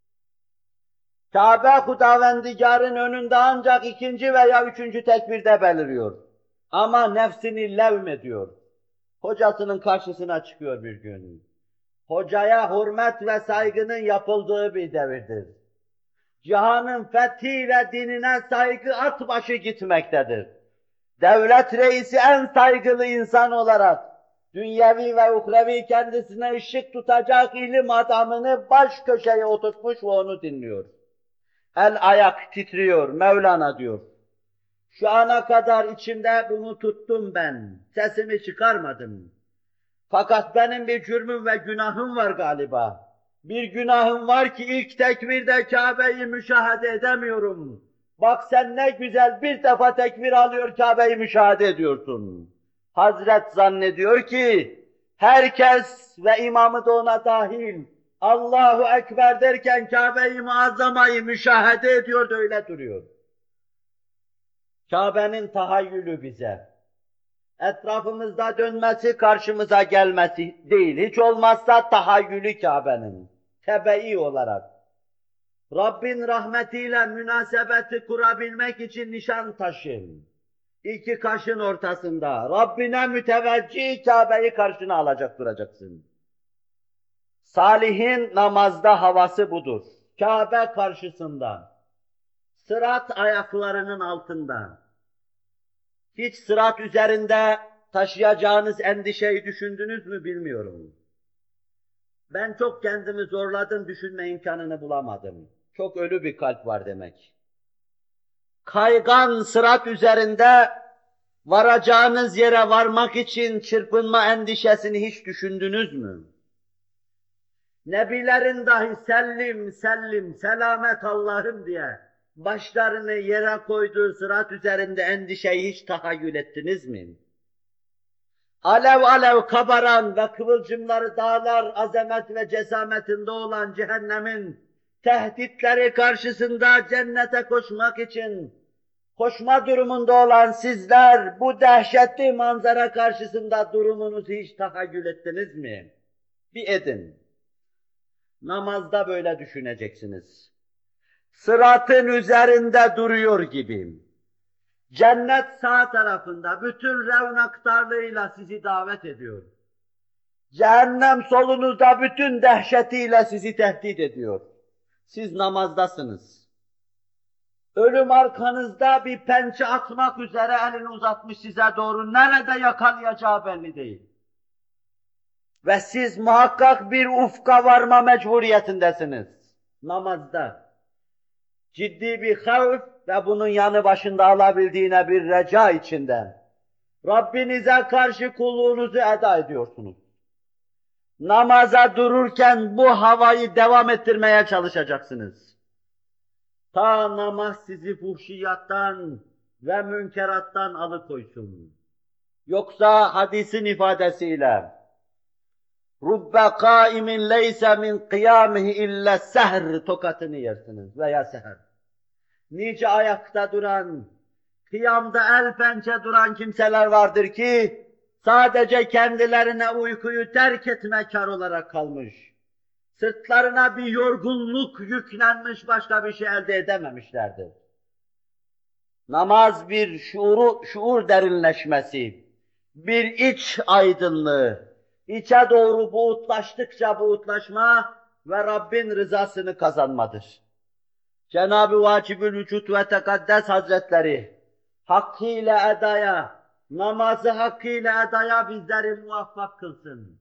Kabe Hudavendigar'ın önünde ancak ikinci veya üçüncü tekbirde beliriyor. Ama nefsini levm ediyor. Hocasının karşısına çıkıyor bir gün. Hocaya hürmet ve saygının yapıldığı bir devirdir. Cihanın fethi ve dinine saygı at başı gitmektedir. Devlet reisi en saygılı insan olarak dünyevi ve uhrevi kendisine ışık tutacak ilim adamını baş köşeye oturtmuş ve onu dinliyor. El ayak titriyor, Mevlana diyor. Şu ana kadar içimde bunu tuttum ben, sesimi çıkarmadım. Fakat benim bir cürmüm ve günahım var galiba. Bir günahım var ki ilk tekbirde Kabe'yi müşahede edemiyorum. Bak sen ne güzel bir defa tekbir alıyor, Kabe'yi müşahede ediyorsun. Hazret zannediyor ki, herkes ve imamı da ona dahil, Allahu Ekber derken Kabe-i Muazzama'yı müşahede ediyor da öyle duruyor. Kabe'nin tahayyülü bize, etrafımızda dönmesi, karşımıza gelmesi değil, hiç olmazsa tahayyülü Kabe'nin, tebe'i olarak. Rabbin rahmetiyle münasebeti kurabilmek için nişan taşın. İki kaşın ortasında, Rabbine müteveccih Kabe'yi karşına alacak duracaksın. Salihin namazda havası budur. Kabe karşısında, sırat ayaklarının altında. Hiç sırat üzerinde taşıyacağınız endişeyi düşündünüz mü bilmiyorum. Ben çok kendimi zorladım, düşünme imkanını bulamadım. Çok ölü bir kalp var demek. Kaygan sırat üzerinde varacağınız yere varmak için çırpınma endişesini hiç düşündünüz mü? Nebilerin dahi sellim, sellim, selamet Allah'ım diye başlarını yere koyduğu sırat üzerinde endişeyi hiç tahayyül ettiniz mi? Alev alev kabaran ve kıvılcımları dağlar azamet ve cesametinde olan cehennemin tehditleri karşısında cennete koşmak için koşma durumunda olan sizler bu dehşetli manzara karşısında durumunuzu hiç tahayyül ettiniz mi? Bir edin. Namazda böyle düşüneceksiniz. Sıratın üzerinde duruyor gibiyim. Cennet sağ tarafında bütün revnaktarlığıyla sizi davet ediyor. Cehennem solunuzda bütün dehşetiyle sizi tehdit ediyor. Siz namazdasınız. Ölüm arkanızda bir pençe atmak üzere elini uzatmış size doğru. Nerede yakalayacağı belli değil. Ve siz muhakkak bir ufka varma mecburiyetindesiniz. Namazda. Ciddi bir havf ve bunun yanı başında alabildiğine bir reca içinde. Rabbinize karşı kulluğunuzu eda ediyorsunuz. Namaza dururken bu havayı devam ettirmeye çalışacaksınız. Ta namaz sizi fuhşiyattan ve münkerattan alıkoysun. Yoksa hadisin ifadesiyle rubbe kaimin leyse min kıyamihi illa sehr tokatını yersiniz veya seher. Nice ayakta duran, kıyamda el pençe duran kimseler vardır ki sadece kendilerine uykuyu terk etme kar olarak kalmış. Sırtlarına bir yorgunluk yüklenmiş, başka bir şey elde edememişlerdir. Namaz bir şuuru, şuur derinleşmesi, bir iç aydınlığı, içe doğru buğutlaştıkça buğutlaşma ve Rabbin rızasını kazanmadır. Cenab-ı Vacibül Vücut ve Tekaddes Hazretleri hakkıyla edaya, namazı hakkıyla edaya bizleri muvaffak kılsın.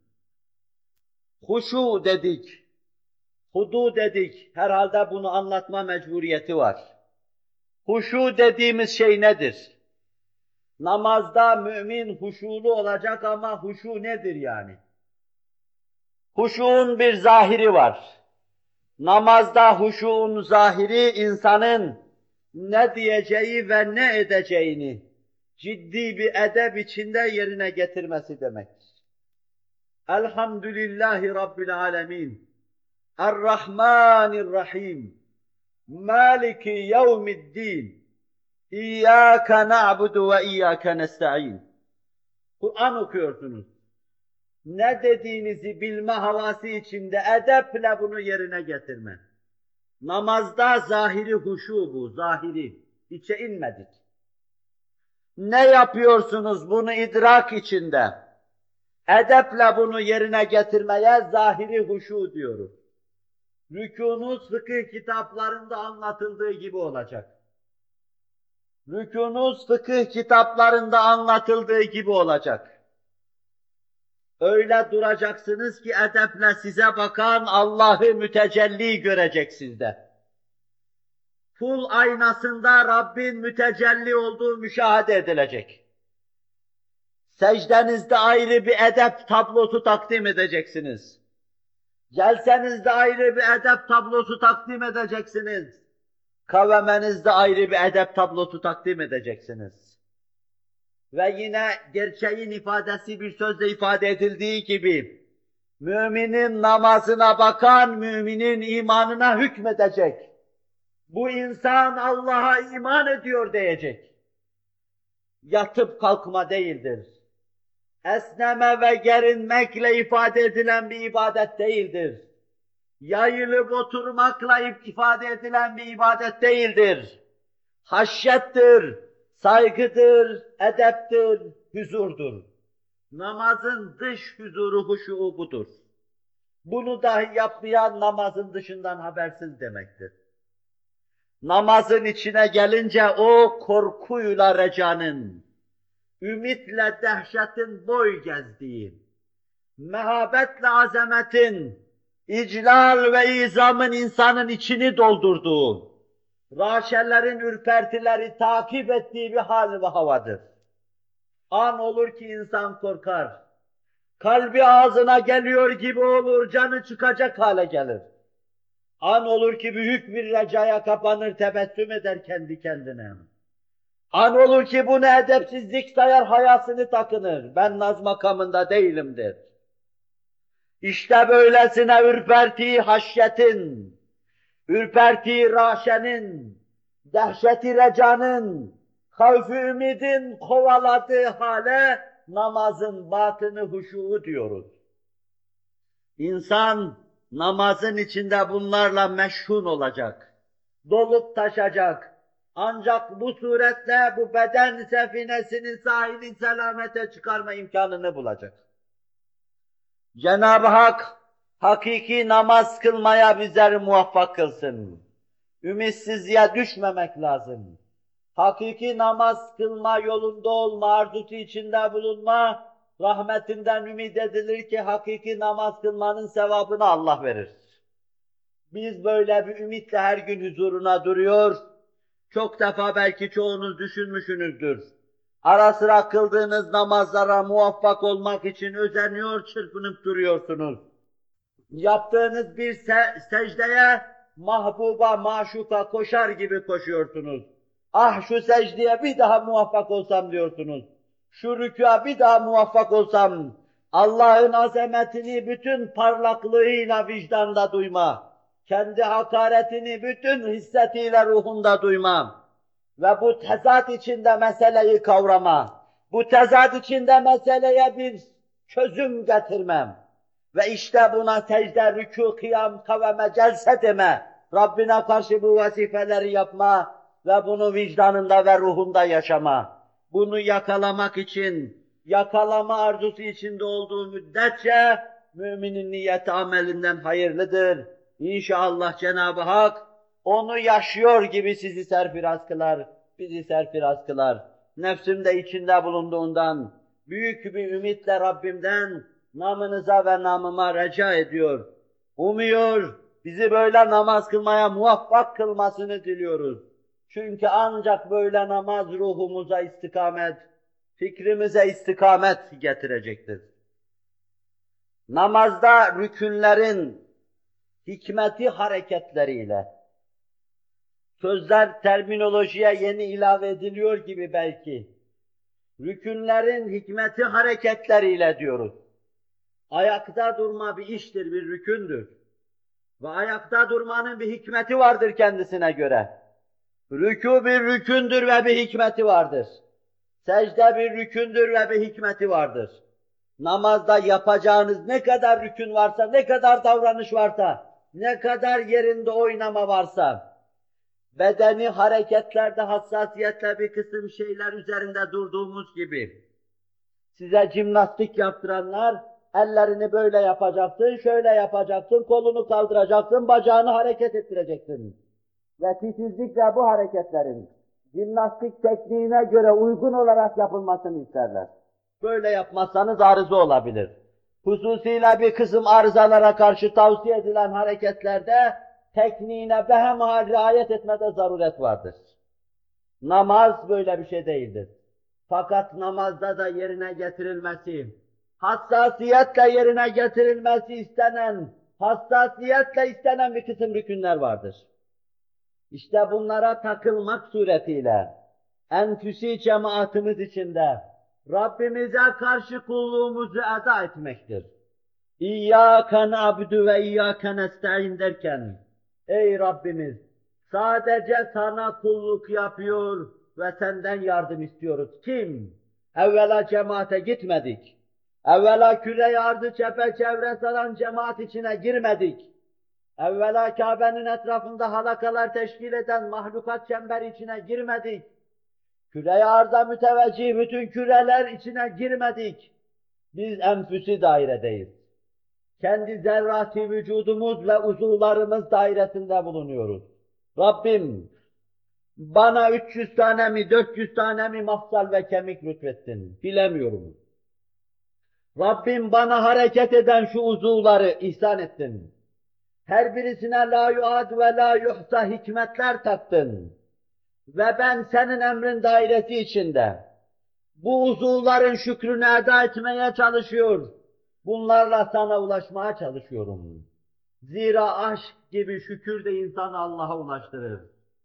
Huşu dedik, hudu dedik, herhalde bunu anlatma mecburiyeti var. Huşu dediğimiz şey nedir? Namazda mümin huşulu olacak ama huşu nedir yani? Huşuğun bir zahiri var. Namazda huşuğun zahiri insanın ne diyeceği ve ne edeceğini ciddi bir edep içinde yerine getirmesi demektir. Elhamdülillahi Rabbil alemin. Errahmanirrahim. Maliki yevmiddin. İyyâke na'budu ve iyyâke nesta'in. Kur'an okuyorsunuz. Ne dediğinizi bilme havası içinde edeple bunu yerine getirme. Namazda zahiri huşu bu, zahiri. İçe inmedik. Ne yapıyorsunuz bunu idrak içinde? Edeple bunu yerine getirmeye zahiri huşu diyoruz. Rükûnuz fıkıh kitaplarında anlatıldığı gibi olacak. Rükûnuz fıkıh kitaplarında anlatıldığı gibi olacak. Öyle duracaksınız ki edeple size bakan Allah'ı mütecelli görecek sizde. kul aynasında Rabbin mütecelli olduğu müşahede edilecek. Secdenizde ayrı bir edep tablosu takdim edeceksiniz. Celsenizde ayrı bir edep tablosu takdim edeceksiniz. Kavemenizde ayrı bir edep tablosu takdim edeceksiniz. Ve yine gerçeğin ifadesi bir sözle ifade edildiği gibi, müminin namazına bakan, müminin imanına hükmedecek. Bu insan Allah'a iman ediyor diyecek. Yatıp kalkma değildir. Esneme ve gerinmekle ifade edilen bir ibadet değildir. Yayılıp oturmakla ifade edilen bir ibadet değildir. Haşyettir, saygıdır, edeptir, huzurdur. Namazın dış huzuru, huşu budur. Bunu dahi yapmayan namazın dışından habersiz demektir. Namazın içine gelince o korkuyla recanın, ümitle dehşetin boy gezdiği, mehabetle azametin, iclal ve izamın insanın içini doldurduğu, raşelerin ürpertileri takip ettiği bir hal ve havadır. An olur ki insan korkar, kalbi ağzına geliyor gibi olur, canı çıkacak hale gelir. An olur ki büyük bir recaya kapanır, tebessüm eder kendi kendine. An olur ki bu ne edepsizlik sayar, hayasını takınır. Ben naz makamında değilimdir. İşte böylesine ürpertiği haşyetin, ürpertiği raşenin, dehşeti recanın, havf-ı ümidin kovaladığı hale namazın batını huşuğu diyoruz. İnsan namazın içinde bunlarla meşhun olacak, dolup taşacak. Ancak bu suretle bu beden sefinesini sahili selamete çıkarma imkanını bulacak. Cenab-ı Hak hakiki namaz kılmaya bizleri muvaffak kılsın. Ümitsizliğe düşmemek lazım. Hakiki namaz kılma yolunda olma, arzusu içinde bulunma, rahmetinden ümit edilir ki hakiki namaz kılmanın sevabını Allah verir. Biz böyle bir ümitle her gün huzuruna duruyor, çok defa belki çoğunuz düşünmüşsünüzdür. Ara sıra kıldığınız namazlara muvaffak olmak için özeniyor, çırpınıp duruyorsunuz. Yaptığınız bir se secdeye mahbuba, maşuka koşar gibi koşuyorsunuz. Ah şu secdeye bir daha muvaffak olsam diyorsunuz. Şu rükûa bir daha muvaffak olsam, Allah'ın azametini bütün parlaklığıyla vicdanda duyma, kendi hakaretini bütün hissetiyle ruhunda duyma ve bu tezat içinde meseleyi kavrama, bu tezat içinde meseleye bir çözüm getirmem ve işte buna secde, rükû, kıyam, kaveme, celse deme, Rabbine karşı bu vazifeleri yapma ve bunu vicdanında ve ruhunda yaşama. Bunu yakalamak için, yakalama arzusu içinde olduğu müddetçe müminin niyeti amelinden hayırlıdır. İnşallah Cenab-ı Hak onu yaşıyor gibi sizi serfiraz kılar, bizi serfiraz kılar. Nefsim de içinde bulunduğundan büyük bir ümitle Rabbimden namınıza ve namıma reca ediyor. Umuyor, bizi böyle namaz kılmaya muvaffak kılmasını diliyoruz. Çünkü ancak böyle namaz ruhumuza istikamet, fikrimize istikamet getirecektir. Namazda rükünlerin hikmeti hareketleriyle, sözler terminolojiye yeni ilave ediliyor gibi belki, rükünlerin hikmeti hareketleriyle diyoruz. Ayakta durma bir iştir, bir rükündür. Ve ayakta durmanın bir hikmeti vardır kendisine göre. Rükû bir rükündür ve bir hikmeti vardır. Secde bir rükündür ve bir hikmeti vardır. Namazda yapacağınız ne kadar rükün varsa, ne kadar davranış varsa, ne kadar yerinde oynama varsa, bedeni hareketlerde hassasiyetle bir kısım şeyler üzerinde durduğumuz gibi, size jimnastik yaptıranlar, ellerini böyle yapacaksın, şöyle yapacaksın, kolunu kaldıracaksın, bacağını hareket ettireceksin. Ve titizlikle bu hareketlerin jimnastik tekniğine göre uygun olarak yapılmasını isterler. Böyle yapmazsanız arıza olabilir. Hususiyle bir kısım arızalara karşı tavsiye edilen hareketlerde tekniğine behemhal riayet etmede zaruret vardır. Namaz böyle bir şey değildir. Fakat namazda da yerine getirilmesi, hassasiyetle yerine getirilmesi istenen, hassasiyetle istenen bir kısım rükünler vardır. İşte bunlara takılmak suretiyle, enfüsi cemaatimiz içinde Rabbimize karşı kulluğumuzu eda etmektir. İyyâke na'budu ve iyyâke nesta'in derken, ey Rabbimiz, sadece sana kulluk yapıyor ve senden yardım istiyoruz. Kim? Evvela cemaate gitmedik. Evvela küre ardı çepeçevre saran cemaat içine girmedik. Evvela Kabe'nin etrafında halakalar teşkil eden mahlukat çemberi içine girmedik. Küre arda müteveccih bütün küreler içine girmedik. Biz enfüsi dairedeyiz. Kendi zerrati vücudumuz ve uzuvlarımız dairesinde bulunuyoruz. Rabbim, bana üç yüz tane mi, dört yüz tane mi mafsal ve kemik lütfettin, bilemiyorum. Rabbim bana hareket eden şu uzuvları ihsan ettin. Her birisine la yuad ve la yuhsa hikmetler taktın. Ve ben senin emrin dairesi içinde bu uzuvların şükrünü eda etmeye çalışıyor. Bunlarla sana ulaşmaya çalışıyorum. Zira aşk gibi şükür de insanı Allah'a ulaştırır.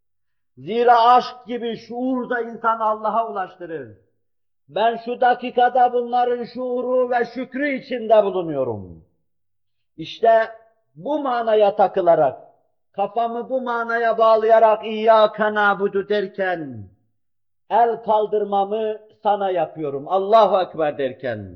Zira aşk gibi şuur da insanı Allah'a ulaştırır. Ben şu dakikada bunların şuuru ve şükrü içinde bulunuyorum. İşte bu manaya takılarak, kafamı bu manaya bağlayarak İyyâke na'budu derken, el kaldırmamı sana yapıyorum, Allahu Ekber derken,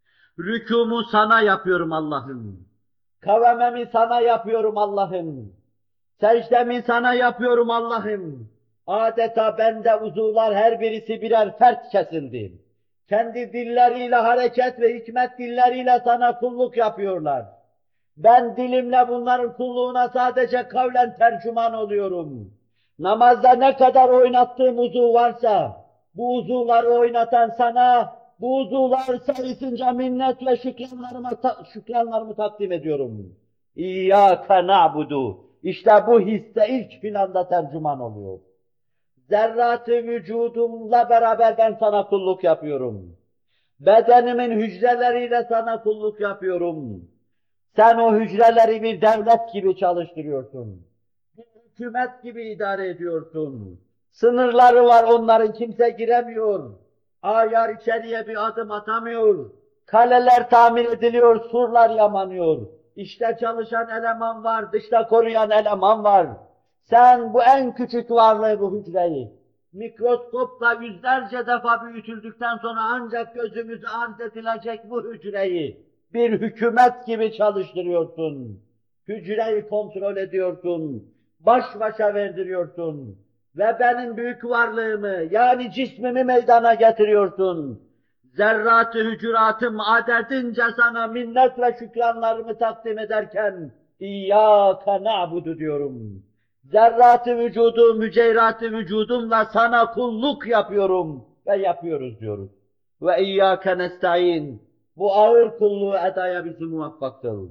rükûmu sana yapıyorum Allah'ım, kavememi sana yapıyorum Allah'ım, secdemi sana yapıyorum Allah'ım, adeta bende uzuvlar her birisi birer fert kesildi. Kendi dilleriyle hareket ve hikmet dilleriyle sana kulluk yapıyorlar. Ben dilimle bunların kulluğuna sadece kavlen tercüman oluyorum. Namazda ne kadar oynattığım uzuv varsa, bu uzuvları oynatan sana, bu uzuvlar sayısınca minnet ve şükranlarımı, şükranlarımı takdim ediyorum. İyyâke na'budu. İşte bu hisse ilk planda tercüman oluyor. Zerrat-ı vücudumla beraber ben sana kulluk yapıyorum. Bedenimin hücreleriyle sana kulluk yapıyorum. Sen o hücreleri bir devlet gibi çalıştırıyorsun. Bir hükümet gibi idare ediyorsun. Sınırları var, onların kimse giremiyor. Ayar içeriye bir adım atamıyor. Kaleler tamir ediliyor, surlar yamanıyor. İşte çalışan eleman var, dışta koruyan eleman var. Sen bu en küçük varlığı, bu hücreyi, mikroskopla yüzlerce defa büyütüldükten sonra ancak gözümüze arz edilecek bu hücreyi bir hükümet gibi çalıştırıyorsun. Hücreyi kontrol ediyorsun. Baş başa verdiriyorsun. Ve benim büyük varlığımı, yani cismimi meydana getiriyorsun. Zerrat-ı hücuratım adedince sana minnet ve şükranlarımı takdim ederken İyyâke na'budu diyorum. Zerrat-ı vücudum, müceyrat-ı vücudumla sana kulluk yapıyorum ve yapıyoruz diyoruz. Ve İyyâke nesta'in. Bu ağır kulluğu edaya bizi muvaffak kıl.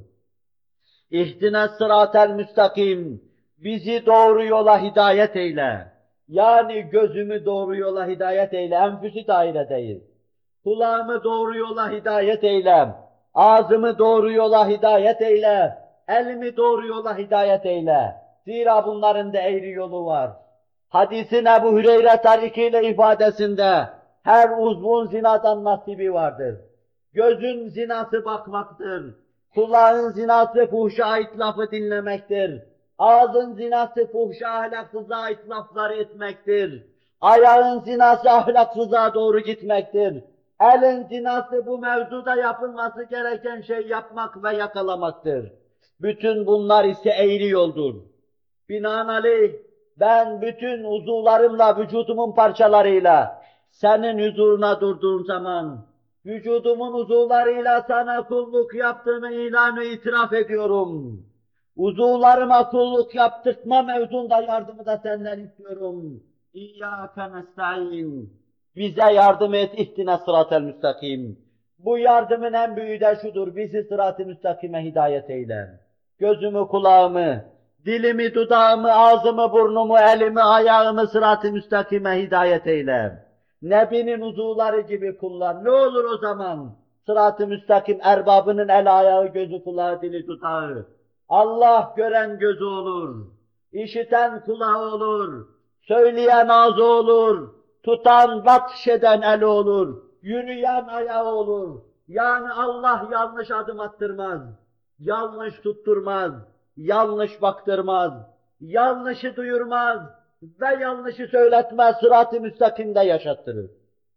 İhdine sıratel müstakim. Bizi doğru yola hidayet eyle. Yani gözümü doğru yola hidayet eyle. Enfüsi dairedeyiz. Kulağımı doğru yola hidayet eyle. Ağzımı doğru yola hidayet eyle. Elimi doğru yola hidayet eyle. Zira bunların da eğri yolu var. Hadisin Ebu Hüreyre tarikiyle ifadesinde her uzvun zinadan nasibi vardır. Gözün zinası bakmaktır. Kulağın zinası fuhşa ait lafı dinlemektir. Ağzın zinası fuhşa ahlaksıza ait lafları etmektir. Ayağın zinası ahlaksıza doğru gitmektir. Elin zinası bu mevzuda yapılması gereken şey yapmak ve yakalamaktır. Bütün bunlar ise eğri yoldur. Binaenaleyh ben bütün uzuvlarımla, vücudumun parçalarıyla senin huzuruna durduğum zaman vücudumun uzuvlarıyla sana kulluk yaptığımı ilanı itiraf ediyorum. Uzuvlarıma kulluk yaptırtma mevzunda yardımı da senden istiyorum. İyyâke nesta'in. Bize yardım et, ihdine sıratel müstakim. Bu yardımın en büyüğü de şudur, bizi sırat-ı müstakime hidayet eyle. Gözümü, kulağımı, Dilimi, dudağımı, ağzımı, burnumu, elimi, ayağımı sırat-ı müstakime hidayet eyle. Nebinin uzuvları gibi kullan. Ne olur o zaman? Sırat-ı müstakim erbabının el ayağı, gözü, kulağı, dili, dudağı. Allah gören gözü olur. İşiten kulağı olur. Söyleyen ağzı olur. Tutan, batşeden eli olur. Yürüyen ayağı olur. Yani Allah yanlış adım attırmaz. Yanlış tutturmaz. Yanlış baktırmaz. Yanlışı duyurmaz. Ve yanlışı söyletmez. Sırat-ı müstakimde yaşattırır.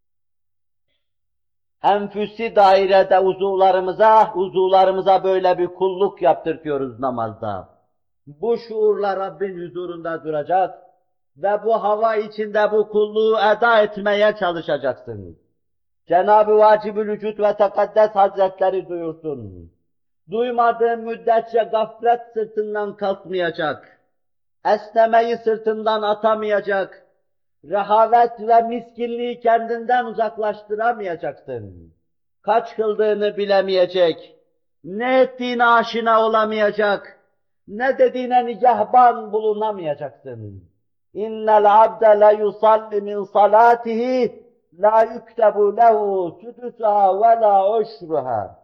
Enfüsi dairede uzuvlarımıza, uzuvlarımıza böyle bir kulluk yaptırtıyoruz namazda. Bu şuurla Rabbin huzurunda duracak ve bu hava içinde bu kulluğu eda etmeye çalışacaksın. Cenab-ı Vacib-ül Vücud ve Tekaddes Hazretleri duyursun. Duymadığın müddetçe gaflet sırtından kalkmayacak. Esnemeyi sırtından atamayacak. Rehavet ve miskinliği kendinden uzaklaştıramayacaksın. Kaç kıldığını bilemeyecek. Ne ettiğine aşina olamayacak. Ne dediğine nigahban bulunamayacaksın. İnnel abde le yusalli min salatihi la yuktebu lehu sudusaha ve la ushruha.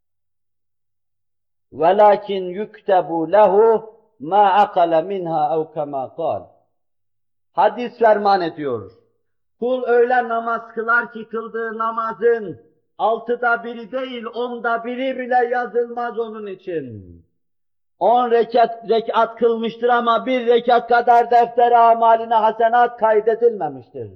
Velakin yuktebu lehu ma akale minha ev kema kal. Hadis ferman ediyor. Kul öyle namaz kılar ki kıldığı namazın altıda biri değil, onda biri bile yazılmaz onun için. On rekat, rekat kılmıştır ama bir rekat kadar defter-i amaline hasenat kaydedilmemiştir.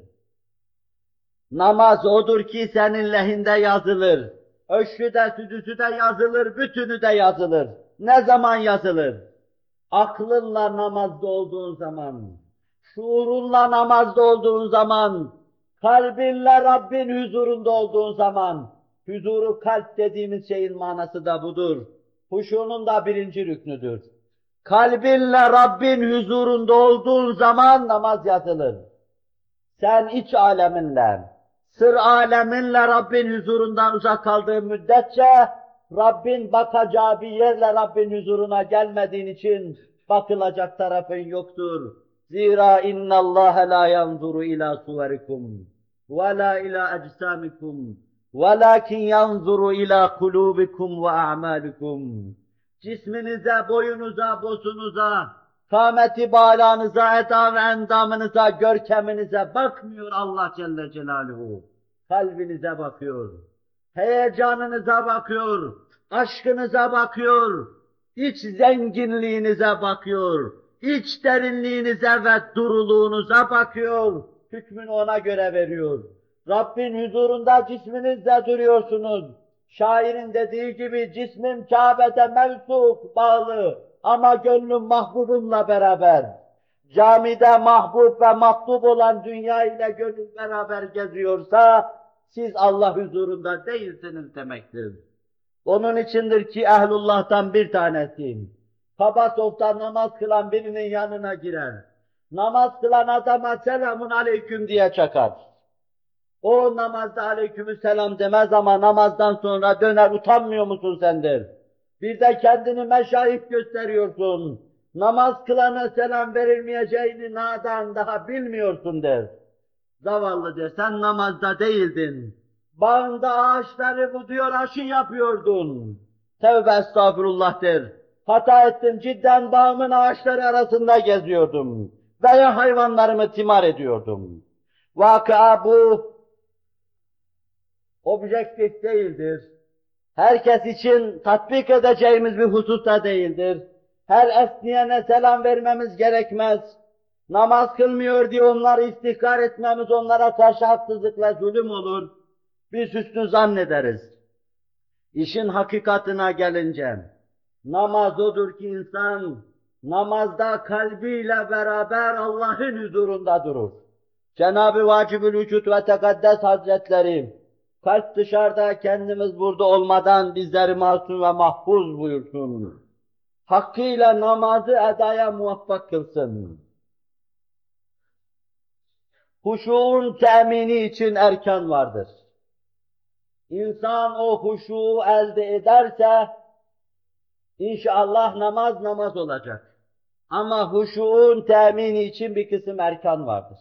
Namaz odur ki senin lehinde yazılır. Öşrü de, südüsü de yazılır, bütünü de yazılır. Ne zaman yazılır? Aklınla namazda olduğun zaman, şuurunla namazda olduğun zaman, kalbinle Rabbin huzurunda olduğun zaman, huzuru kalp dediğimiz şeyin manası da budur. Huşunun da birinci rüknüdür. Kalbinle Rabbin huzurunda olduğun zaman namaz yazılır. Sen iç aleminle, sır aleminle Rabbin huzurundan uzak kaldığın müddetçe, Rabbin bakacağı bir yerle Rabbin huzuruna gelmediğin için bakılacak tarafın yoktur. Zira inna Allah la yanzuru ila suverikum ve la ila ecsamikum velakin yanzuru ila kulubikum ve a'malikum. Cisminize, boyunuza, bosunuza, kâmeti balanıza, eda ve endamınıza, görkeminize bakmıyor Allah Celle Celaluhu. Kalbinize bakıyor. Heyecanınıza bakıyor. Aşkınıza bakıyor. İç zenginliğinize bakıyor. İç derinliğinize ve duruluğunuza bakıyor. Hükmünü ona göre veriyor. Rabbin huzurunda cisminizle duruyorsunuz. Şairin dediği gibi cismim Kabe'de mevsuk, bağlı ama gönlüm mahbubumla beraber. Camide mahbub ve maktub olan dünya ile gönül beraber geziyorsa siz Allah huzurunda değilsiniz demektir. Onun içindir ki ehlullah'tan bir tanesi kaba softa namaz kılan birinin yanına girer. Namaz kılan adama selamun aleyküm diye çakar. O namazda aleykümselam demez ama namazdan sonra döner, utanmıyor musun sen der. Bir de kendini meşayih gösteriyorsun. Namaz kılana selam verilmeyeceğini nadan daha bilmiyorsun der. Zavallı der, sen namazda değildin. Bağında ağaçları buduyor, aşı yapıyordun. Tevbe estağfurullah der. Hata ettim, cidden bağımın ağaçları arasında geziyordum. Veya hayvanlarımı timar ediyordum. Vakıa bu objektif değildir. Herkes için tatbik edeceğimiz bir husus da değildir. Her esniyene selam vermemiz gerekmez. Namaz kılmıyor diye onları istihkar etmemiz onlara karşı haksızlık ve zulüm olur. Biz hüsnü zannederiz. İşin hakikatine gelince, namaz odur ki insan, namazda kalbiyle beraber Allah'ın huzurunda durur. Cenab-ı Vacib-ül Vücud ve Tekaddes Hazretleri, kalp dışarıda kendimiz burada olmadan bizleri masum ve mahfuz buyursun. Hakkıyla namazı edaya muvaffak kılsın. Huşuğun temini için erkan vardır. İnsan o huşuğu elde ederse, inşallah namaz namaz olacak. Ama huşuğun temini için bir kısım erkan vardır.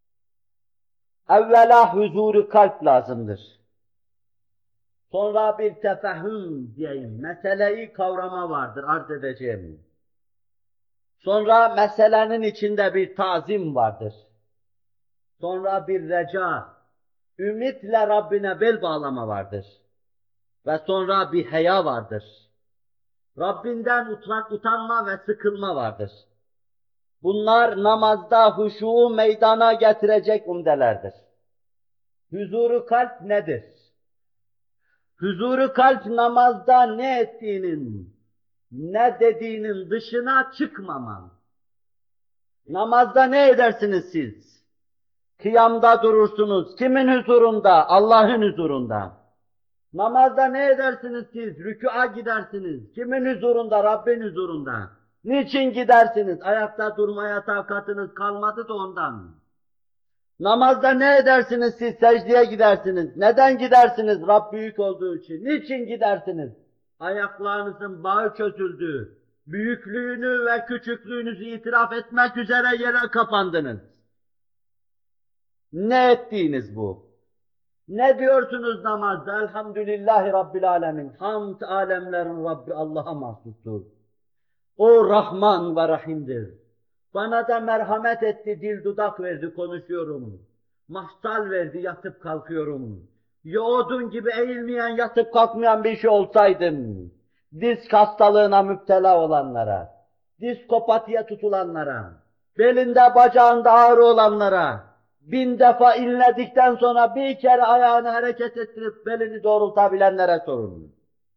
Evvela huzuru kalp lazımdır. Sonra bir tefehüm diyeyim, meseleyi kavrama vardır, arz edeceğim. Sonra meselenin içinde bir tazim vardır. Sonra bir reca, ümitle Rabbine bel bağlama vardır. Ve sonra bir heya vardır. Rabbinden utan, utanma ve sıkılma vardır. Bunlar namazda huşuğu meydana getirecek umdelerdir. Huzuru kalp nedir? Huzuru kalp namazda ne ettiğinin, ne dediğinin dışına çıkmaman. Namazda ne edersiniz siz? Kıyamda durursunuz. Kimin huzurunda? Allah'ın huzurunda. Namazda ne edersiniz siz? Rükûa gidersiniz. Kimin huzurunda? Rabbin huzurunda. Niçin gidersiniz? Ayakta durmaya takatınız kalmadı da ondan. Namazda ne edersiniz siz? Secdeye gidersiniz. Neden gidersiniz? Rab büyük olduğu için. Niçin gidersiniz? Ayaklarınızın bağı çözüldü. Büyüklüğünü ve küçüklüğünüzü itiraf etmek üzere yere kapandınız. Ne ettiğiniz bu? Ne diyorsunuz namazda? Elhamdülillahi Rabbil alemin. Hamd alemlerin Rabbi Allah'a mahsustur. O Rahman ve Rahim'dir. Bana da merhamet etti, dil dudak verdi, konuşuyorum. Mahsal verdi, yatıp kalkıyorum. Yoğurdun gibi eğilmeyen, yatıp kalkmayan bir şey olsaydım, diz hastalığına müptela olanlara, diskopatiye tutulanlara, belinde bacağında ağrı olanlara, bin defa inledikten sonra bir kere ayağını hareket ettirip belini doğrultabilenlere sorun.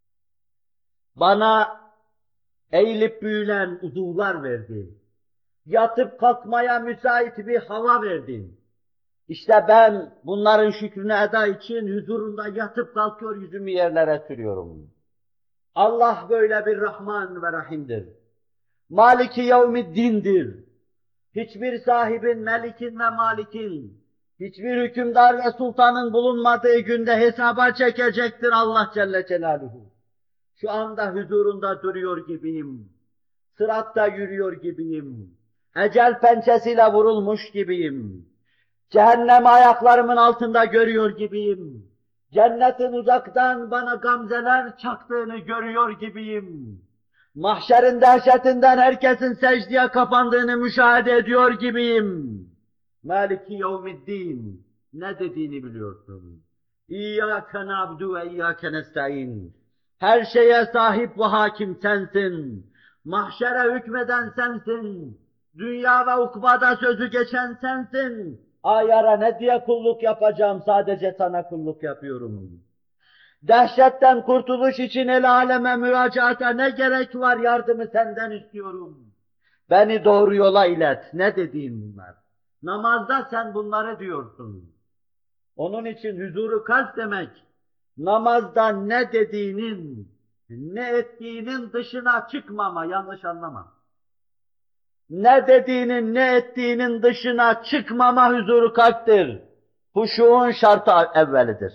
Bana eğilip büyülen uzuvlar verdi. Yatıp kalkmaya müsait bir hava verdi. İşte ben bunların şükrünü eda için huzurunda yatıp kalkıyor, yüzümü yerlere sürüyorum. Allah böyle bir Rahman ve Rahim'dir. Maliki yevmiddin'dir. Hiçbir sahibin, melikin ve malikin, hiçbir hükümdar ve sultanın bulunmadığı günde hesaba çekecektir Allah Celle Celaluhu. Şu anda huzurunda duruyor gibiyim. Sıratta yürüyor gibiyim. Ecel pençesiyle vurulmuş gibiyim. Cehennemi ayaklarımın altında görüyor gibiyim. Cennetin uzaktan bana gamzeler çaktığını görüyor gibiyim. Mahşerin dehşetinden herkesin secdeye kapandığını müşahede ediyor gibiyim. Maliki yevmiddin. Ne dediğini biliyorsun. İyyâke na'budu ve iyyâke nestaîn. Her şeye sahip ve hakim sensin. Mahşere hükmeden sensin. Dünya ve ukbada sözü geçen sensin. Ayara ne diye kulluk yapacağım? Sadece sana kulluk yapıyorum. Dehşetten kurtuluş için el aleme müracaata ne gerek var? Yardımı senden istiyorum. Beni doğru yola ilet. Ne dediğin bunlar? Namazda sen bunları diyorsun. Onun için huzuru kalp demek, namazda ne dediğinin, ne ettiğinin dışına çıkmama, yanlış anlama. Ne dediğinin, ne ettiğinin dışına çıkmama huzuru kalptir. Huşuğun şartı evvelidir.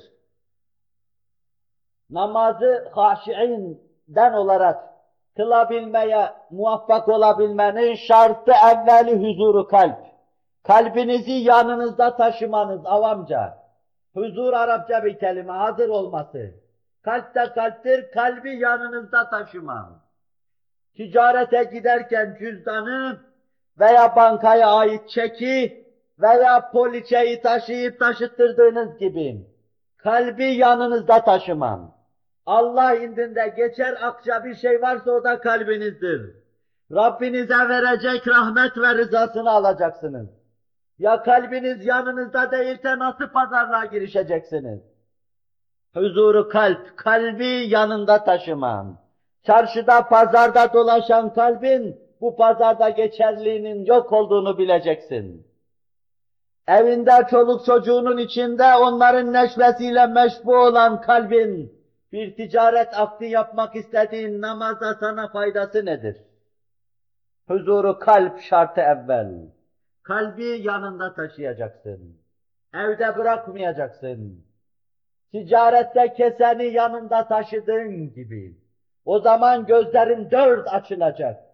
Namazı haşi'inden olarak kılabilmeye, muvaffak olabilmenin şartı evveli huzuru kalp. Kalbinizi yanınızda taşımanız avamca. Huzur Arapça bir kelime, hazır olması. Kalpte kalptir, kalbi yanınızda taşıma. Ticarete giderken cüzdanı veya bankaya ait çeki veya poliçeyi taşıyıp taşıttırdığınız gibi kalbi yanınızda taşımam. Allah indinde geçer akça bir şey varsa o da kalbinizdir. Rabbinize verecek rahmet ve rızasını alacaksınız. Ya kalbiniz yanınızda değilse nasıl pazarlığa girişeceksiniz? Huzuru kalp, kalbi yanında taşımam. Çarşıda, pazarda dolaşan kalbin, bu pazarda geçerliğinin yok olduğunu bileceksin. Evinde çoluk çocuğunun içinde onların neşvesiyle meşbu olan kalbin, bir ticaret akdi yapmak istediğin namazda sana faydası nedir? Huzuru kalp şartı evvel. Kalbi yanında taşıyacaksın. Evde bırakmayacaksın. Ticarette keseni yanında taşıdığın gibi. O zaman gözlerin dört açılacak.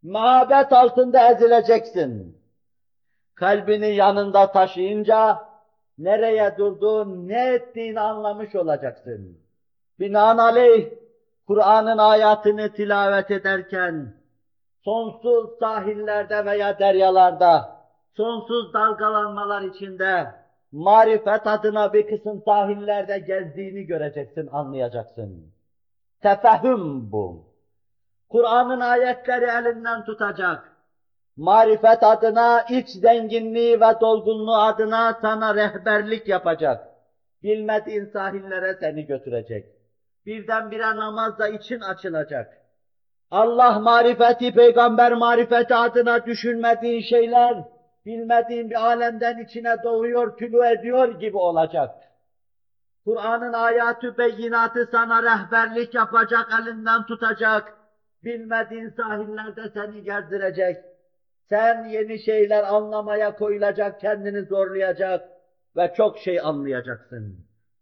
Mehabet altında ezileceksin. Kalbini yanında taşıyınca, nereye durduğun, ne ettiğini anlamış olacaksın. Binaenaleyh, Kur'an'ın ayatını tilavet ederken, sonsuz sahillerde veya deryalarda, sonsuz dalgalanmalar içinde, marifet adına bir kısım sahillerde gezdiğini göreceksin, anlayacaksın. Tefehüm bu. Kur'an'ın ayetleri elinden tutacak. Marifet adına, iç zenginliği ve dolgunluğu adına sana rehberlik yapacak. Bilmediğin sahillere seni götürecek. Birdenbire namazda için açılacak. Allah marifeti, peygamber marifeti adına düşünmediğin şeyler, bilmediğin bir alemden içine doğuyor, tülü ediyor gibi olacak. Kur'an'ın ayatü beyinatı sana rehberlik yapacak, elinden tutacak. Bilmediğin sahillerde seni gezdirecek. Sen yeni şeyler anlamaya koyulacak, kendini zorlayacak ve çok şey anlayacaksın.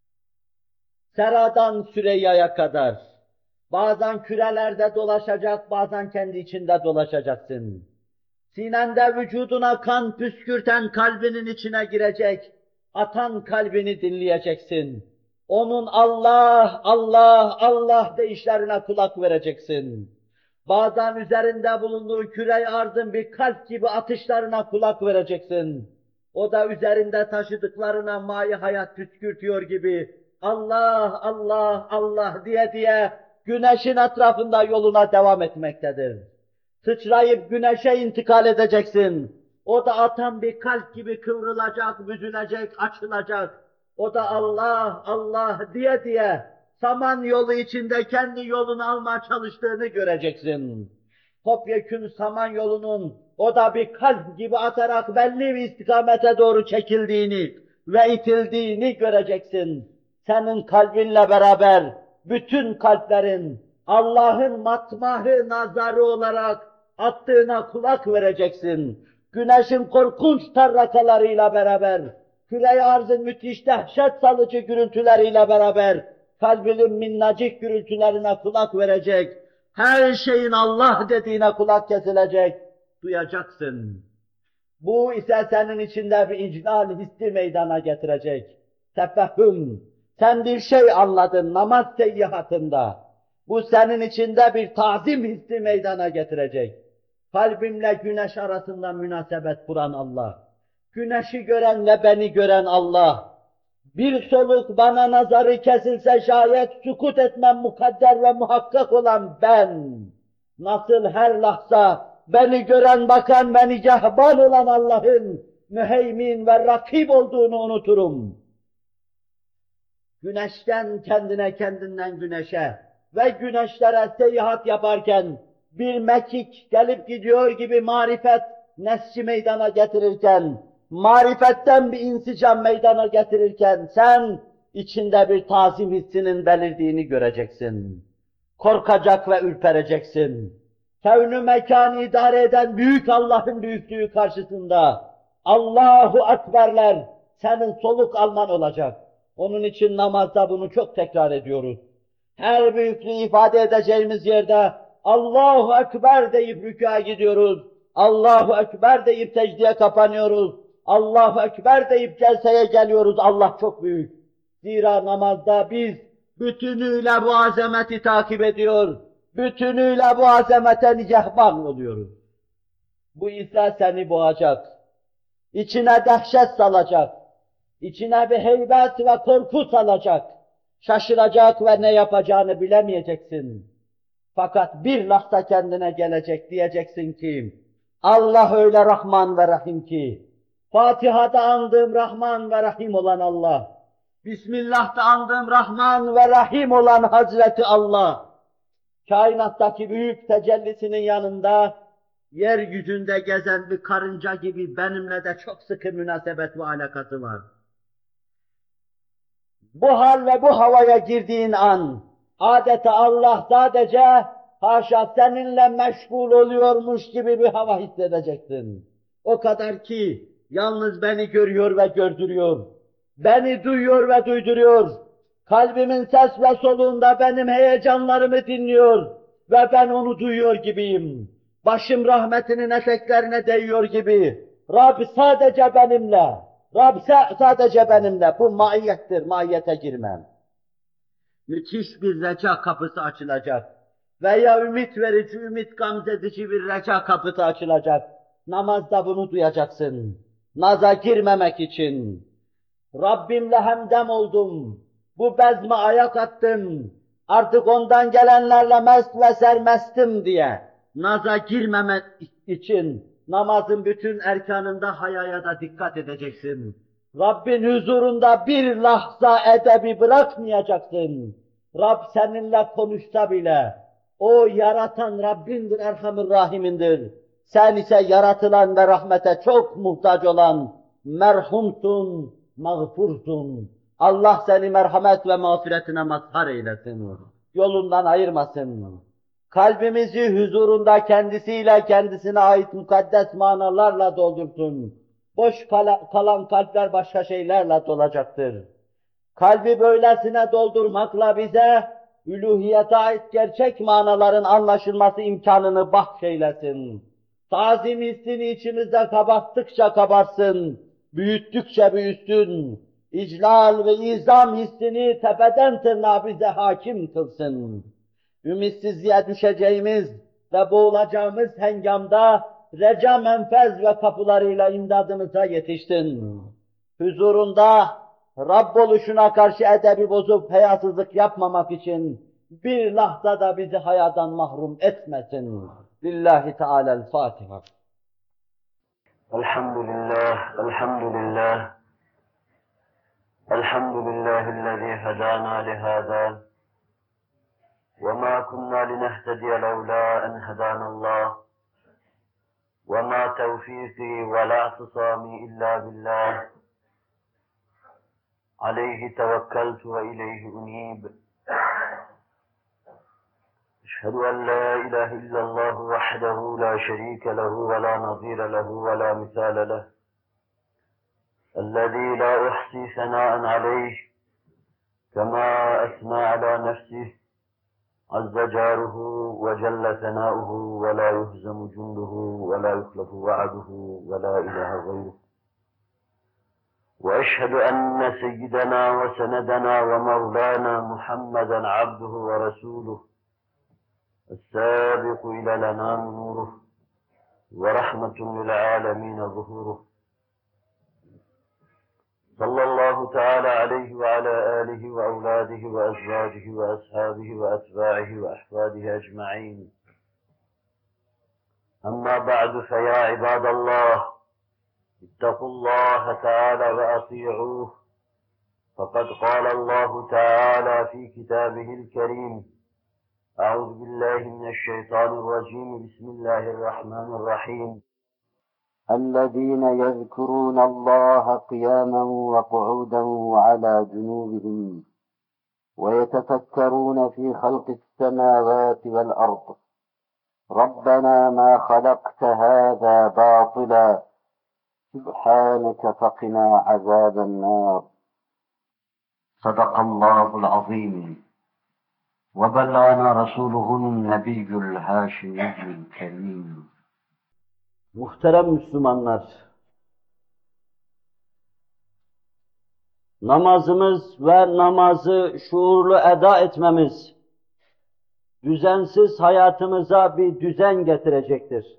Sera'dan Süreyya'ya kadar, bazen kürelerde dolaşacak, bazen kendi içinde dolaşacaksın. Sinende vücuduna kan püskürten kalbinin içine girecek, atan kalbini dinleyeceksin. Onun Allah, Allah, Allah deyişlerine kulak vereceksin. Bazen üzerinde bulunduğu küre-i arzın bir kalp gibi atışlarına kulak vereceksin. O da üzerinde taşıdıklarına mayi hayat püskürtüyor gibi Allah, Allah, Allah diye diye güneşin etrafında yoluna devam etmektedir. Sıçrayıp güneşe intikal edeceksin. O da atan bir kalp gibi kıvrılacak, büzülecek, açılacak. O da Allah, Allah diye diye saman yolu içinde kendi yolunu almaya çalıştığını göreceksin. Topyekün saman yolunun o da bir kalp gibi atarak belli bir istikamete doğru çekildiğini ve itildiğini göreceksin. Senin kalbinle beraber bütün kalplerin Allah'ın matmahı nazarı olarak attığına kulak vereceksin. Güneşin korkunç tarrakalarıyla beraber, küre-i arzın müthiş dehşet salıcı gürültüleriyle beraber, kalbinin minnacık gürültülerine kulak verecek, her şeyin Allah dediğine kulak kesilecek, duyacaksın. Bu ise senin içinde bir iclal hissi meydana getirecek. Tefehüm, sen bir şey anladın namaz seyyihatında. Bu senin içinde bir tazim hissi meydana getirecek. Kalbimle güneş arasında münasebet kuran Allah. Güneşi gören ve beni gören Allah. Bir soluk bana nazarı kesilse şayet sükut etmem mukadder ve muhakkak olan ben. Nasıl her lahza beni gören bakan ve nigahban olan Allah'ın müheymin ve rakip olduğunu unuturum. Güneşten kendine, kendinden güneşe ve güneşlere seyahat yaparken bir mekik gelip gidiyor gibi marifet nesci meydana getirirken, marifetten bir insicam meydana getirirken sen içinde bir tazim hissinin belirdiğini göreceksin. Korkacak ve ürpereceksin. Kevn-ü mekanı idare eden büyük Allah'ın büyüklüğü karşısında Allahu Ekberler senin soluk alman olacak. Onun için namazda bunu çok tekrar ediyoruz. Her büyüklüğü ifade edeceğimiz yerde Allahu Ekber deyip rükûa gidiyoruz. Allahu Ekber deyip secdeye kapanıyoruz. Allahu Ekber deyip celseye geliyoruz. Allah çok büyük. Zira namazda biz bütünüyle bu azameti takip ediyor. Bütünüyle bu azamete nigahban oluyoruz. Bu ise seni boğacak. İçine dehşet salacak. İçine bir heybet ve korku salacak. Şaşıracak ve ne yapacağını bilemeyeceksin. Fakat bir lahza kendine gelecek, diyeceksin ki Allah öyle Rahman ve Rahim ki Fatiha'da andığım Rahman ve Rahim olan Allah, Bismillah'ta andığım Rahman ve Rahim olan Hazreti Allah, kainattaki büyük tecellisinin yanında yeryüzünde gezen bir karınca gibi benimle de çok sıkı münasebet ve alakası var. Bu hal ve bu havaya girdiğin an, adeta Allah sadece haşa seninle meşgul oluyormuş gibi bir hava hissedeceksin. O kadar ki yalnız beni görüyor ve gördürüyor. Beni duyuyor ve duyduruyor. Kalbimin ses ve soluğunda benim heyecanlarımı dinliyor ve ben onu duyuyor gibiyim. başım rahmetinin eteklerine değiyor gibi, Rab sadece benimle, Rab sadece benimle, bu maiyettir, maiyete girmem. Müthiş bir reca kapısı açılacak. Veya ümit verici, ümit gamzedici bir reca kapısı açılacak. Namazda bunu duyacaksın. Naza girmemek için. Rabbimle hemdem oldum. Bu bezme ayak attım. Artık ondan gelenlerle mest ve sermestim diye. Naza girmemek için namazın bütün erkanında hayaya da dikkat edeceksin. Rabbin huzurunda bir lahza edebi bırakmayacaksın. Rab seninle konuşsa bile, o yaratan Rabbindir, Erhamur Rahim'indir. Sen ise yaratılan ve rahmete çok muhtaç olan merhumsun, mağfursun. Allah seni merhamet ve mağfiretine mazhar eylesin. Yolundan ayırmasın. Kalbimizi huzurunda kendisiyle kendisine ait mukaddes manalarla doldursun. Boş kalan kalpler başka şeylerle dolacaktır. Kalbi böylesine doldurmakla bize üluhiyete ait gerçek manaların anlaşılması imkanını bahşeylesin. Tazim hissini içimizde kabarttıkça kabarsın, büyüttükçe büyüsün. İclal ve izam hissini tepeden tırnağa bize hakim kılsın. Ümitsizliğe düşeceğimiz ve boğulacağımız hengamda reca menfez ve kapılarıyla imdadımıza yetiştin. Huzurunda Rabb oluşuna karşı edebi bozup hayasızlık yapmamak için bir lahza da bizi hayadan mahrum etmesin. Lillahi Teala'l-Fatiha. Elhamdülillah, elhamdülillah. Elhamdülillahillezî hedâna lihâzâ. وَمَا كُنَّا لِنَهْتَدِيَ لَوْلَا أَنْ هَدَانَا اللّٰهُ وَمَا تَوْفِيقِي وَلَا اعْتِصَامِي إِلَّا بِاللّٰهِ عَلَيْهِ تَوَكَّلْتُ وَإِلَيْهِ أُنِيبُ أشهد أن لا إله إلا الله وحده لا شريك له ولا نظير له ولا مثال له الذي لا أحصي ثناء عليه كما أثنى على نفسه عز جاره وجل ثناؤه ولا يهزم جنده ولا يخلف وعده ولا إله غيره وأشهد أن سيدنا وسندنا ومولانا محمدا عبده ورسوله السابق إلى الأنام نوره ورحمة للعالمين ظهوره صلى الله تعالى عليه وعلى آله وأولاده وأزواجه وأصحابه وأتباعه وأحفاده أجمعين أما بعد فيا عباد الله اتقوا الله تعالى وأطيعوه فقد قال الله تعالى في كتابه الكريم أعوذ بالله من الشيطان الرجيم بسم الله الرحمن الرحيم الذين يذكرون الله قياما وقعودا وعلى جنوبهم ويتفكرون في خلق السماوات والأرض ربنا ما خلقت هذا باطلا سبحانك فقنا عذاب النار صدق الله العظيم وبلغنا رسوله النبي الهاشمي الكريم. Muhterem Müslümanlar, namazımız ve namazı şuurlu eda etmemiz, düzensiz hayatımıza bir düzen getirecektir.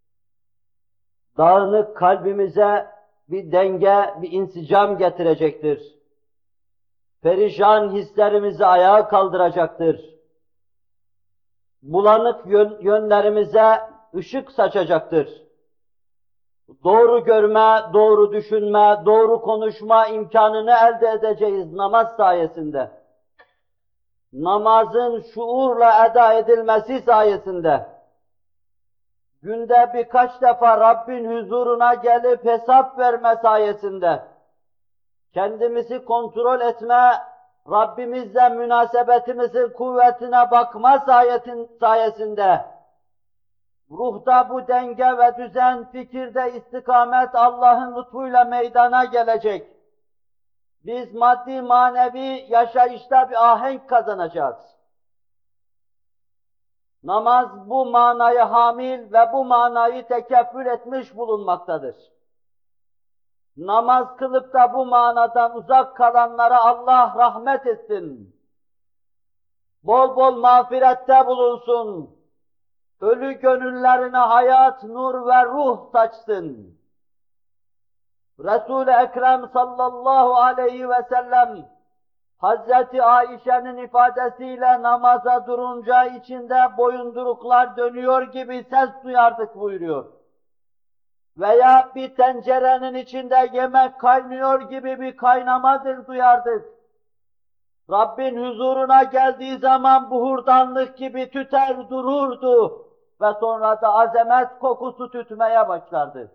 Dağınık kalbimize bir denge, bir insicam getirecektir. Perişan hislerimizi ayağa kaldıracaktır. Bulanık yön, yönlerimize ışık saçacaktır. Doğru görme, doğru düşünme, doğru konuşma imkanını elde edeceğiz namaz sayesinde. Namazın şuurla eda edilmesi sayesinde. Günde birkaç defa Rabbin huzuruna gelip hesap verme sayesinde. Kendimizi kontrol etme, Rabbimizle münasebetimizin kuvvetine bakma sayesinde, ruhta bu denge ve düzen, fikirde istikamet Allah'ın lütfuyla meydana gelecek. Biz maddi manevi yaşayışta bir ahenk kazanacağız. Namaz bu manayı hamil ve bu manayı tekeffül etmiş bulunmaktadır. Namaz kılıp da bu manadan uzak kalanlara Allah rahmet etsin. Bol bol mağfirette bulunsun. Ölü gönüllerine hayat, nur ve ruh saçsın. Resul-i Ekrem sallallahu aleyhi ve sellem Hazreti Ayşe'nin ifadesiyle namaza durunca içinde boyunduruklar dönüyor gibi ses duyardık buyuruyor. Veya bir tencerenin içinde yemek kaynıyor gibi bir kaynamadır duyardık. Rabbin huzuruna geldiği zaman buhurdanlık gibi tüter dururdu ve sonra da azamet kokusu tütmeye başlardı.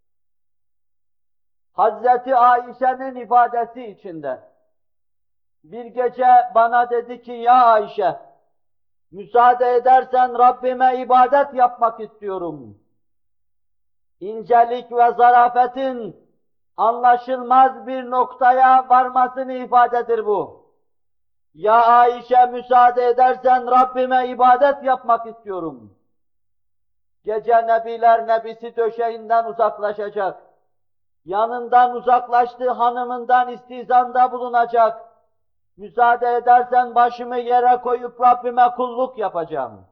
Hazreti Ayşe'nin ifadesi içinde bir gece bana dedi ki, ya Ayşe, müsaade edersen Rabbime ibadet yapmak istiyorum. İncelik ve zarafetin anlaşılmaz bir noktaya varmasını ifadedir bu. Ya Ayşe, müsaade edersen Rabbime ibadet yapmak istiyorum. Gece nebiler nebisi döşeğinden uzaklaşacak. Yanından uzaklaştığı hanımından istizanda bulunacak. Müsaade edersen başımı yere koyup Rabbime kulluk yapacağım.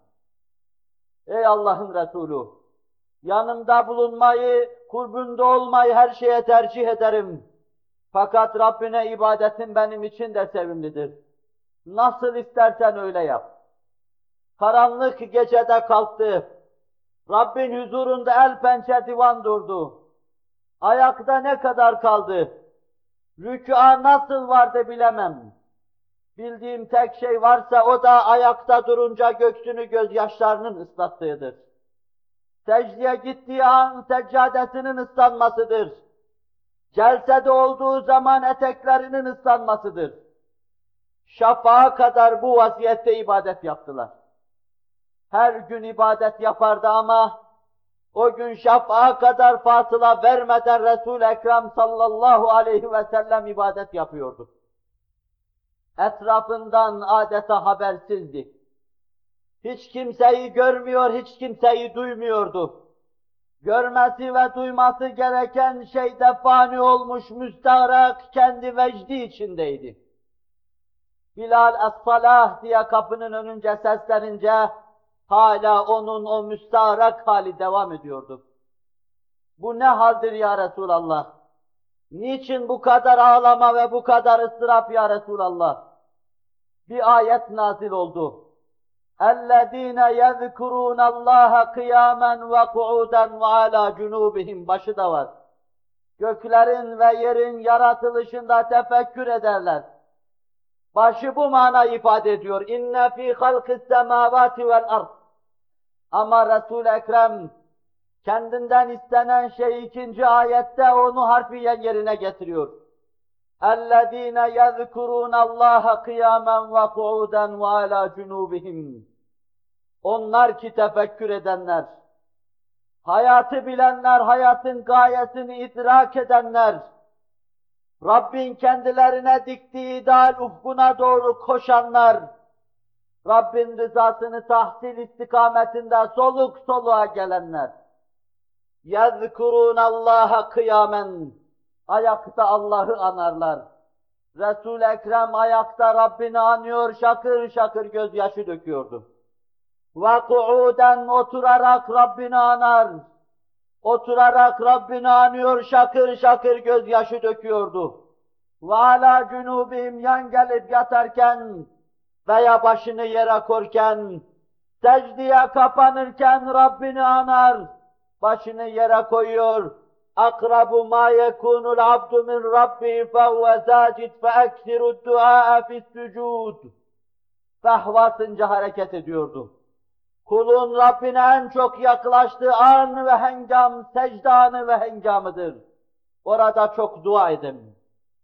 Ey Allah'ın Resulü! Yanımda bulunmayı, kurbunda olmayı her şeye tercih ederim. Fakat Rabbine ibadetin benim için de sevimlidir. Nasıl istersen öyle yap. Karanlık gecede kalktı. Rabbin huzurunda el pençe divan durdu. Ayakta ne kadar kaldı? Rükûa nasıl vardı bilemem. Bildiğim tek şey varsa o da ayakta durunca göğsünü gözyaşlarının ıslattığıdır. Secdeye gittiği an seccadesinin ıslanmasıdır. Celsede olduğu zaman eteklerinin ıslanmasıdır. Şafağa kadar bu vaziyette ibadet yaptılar. Her gün ibadet yapardı ama o gün şafağa kadar fasıla vermeden Resul-i Ekrem sallallahu aleyhi ve sellem ibadet yapıyordu. Etrafından adeta habersizdi. Hiç kimseyi görmüyor, hiç kimseyi duymuyordu. Görmesi ve duyması gereken şeyde fani olmuş, müstarak, kendi vecdi içindeydi. Bilal es-salah diye kapının önünce seslenince, hala onun o müstarak hali devam ediyordu. Bu ne haldir ya Resulallah? Niçin bu kadar ağlama ve bu kadar ıstırap ya Resulallah? Bir ayet nazil oldu. اَلَّذ۪ينَ يَذْكُرُونَ اللّٰهَ قِيَامًا وَقُعُودًا وَعَلَى جُنُوبِهِمْ başı da var. Göklerin ve yerin yaratılışında tefekkür ederler. Başı bu mana ifade ediyor. اِنَّ ف۪ي خَلْقِ السَّمَاوَاتِ وَالْأَرْضِ. Ama Resul-i Ekrem kendinden istenen şey ikinci ayette onu harfiyen yerine getiriyor. اَلَّذ۪ينَ يَذْكُرُونَ اللّٰهَ قِيَامًا وَقُعُودًا وَعَلَى جُنُوبِهِمْ. Onlar ki tefekkür edenler, hayatı bilenler, hayatın gayesini idrak edenler, Rabbin kendilerine diktiği ideal ufkuna doğru koşanlar, Rabbin rızasını tahsil istikametinde soluk soluğa gelenler. يَذْكُرُونَ اللّٰهَ قِيَامًا. Ayakta Allah'ı anarlar. Resul-i Ekrem ayakta Rabbini anıyor, şakır şakır gözyaşı döküyordu. وَقُعُودًا oturarak Rabbini anar. Oturarak Rabbini anıyor, şakır şakır gözyaşı döküyordu. وَعَلَى جُنُوبِهِمْ yan gelip yatarken veya başını yere korken, secdeye kapanırken Rabbini anar, başını yere koyuyor. أَقْرَبُ مَا يَكُونُ الْعَبْدُ مِنْ رَبِّهِ فَهُوَ سَاجِدٌ فَأَكْثِرُ الدُّعَاءَ فِي السُّجُودِ. Fehvasınca hareket ediyordu. Kulun Rabbine en çok yaklaştığı an ve hengam, secde anı ve hengamıdır. Orada çok dua edin.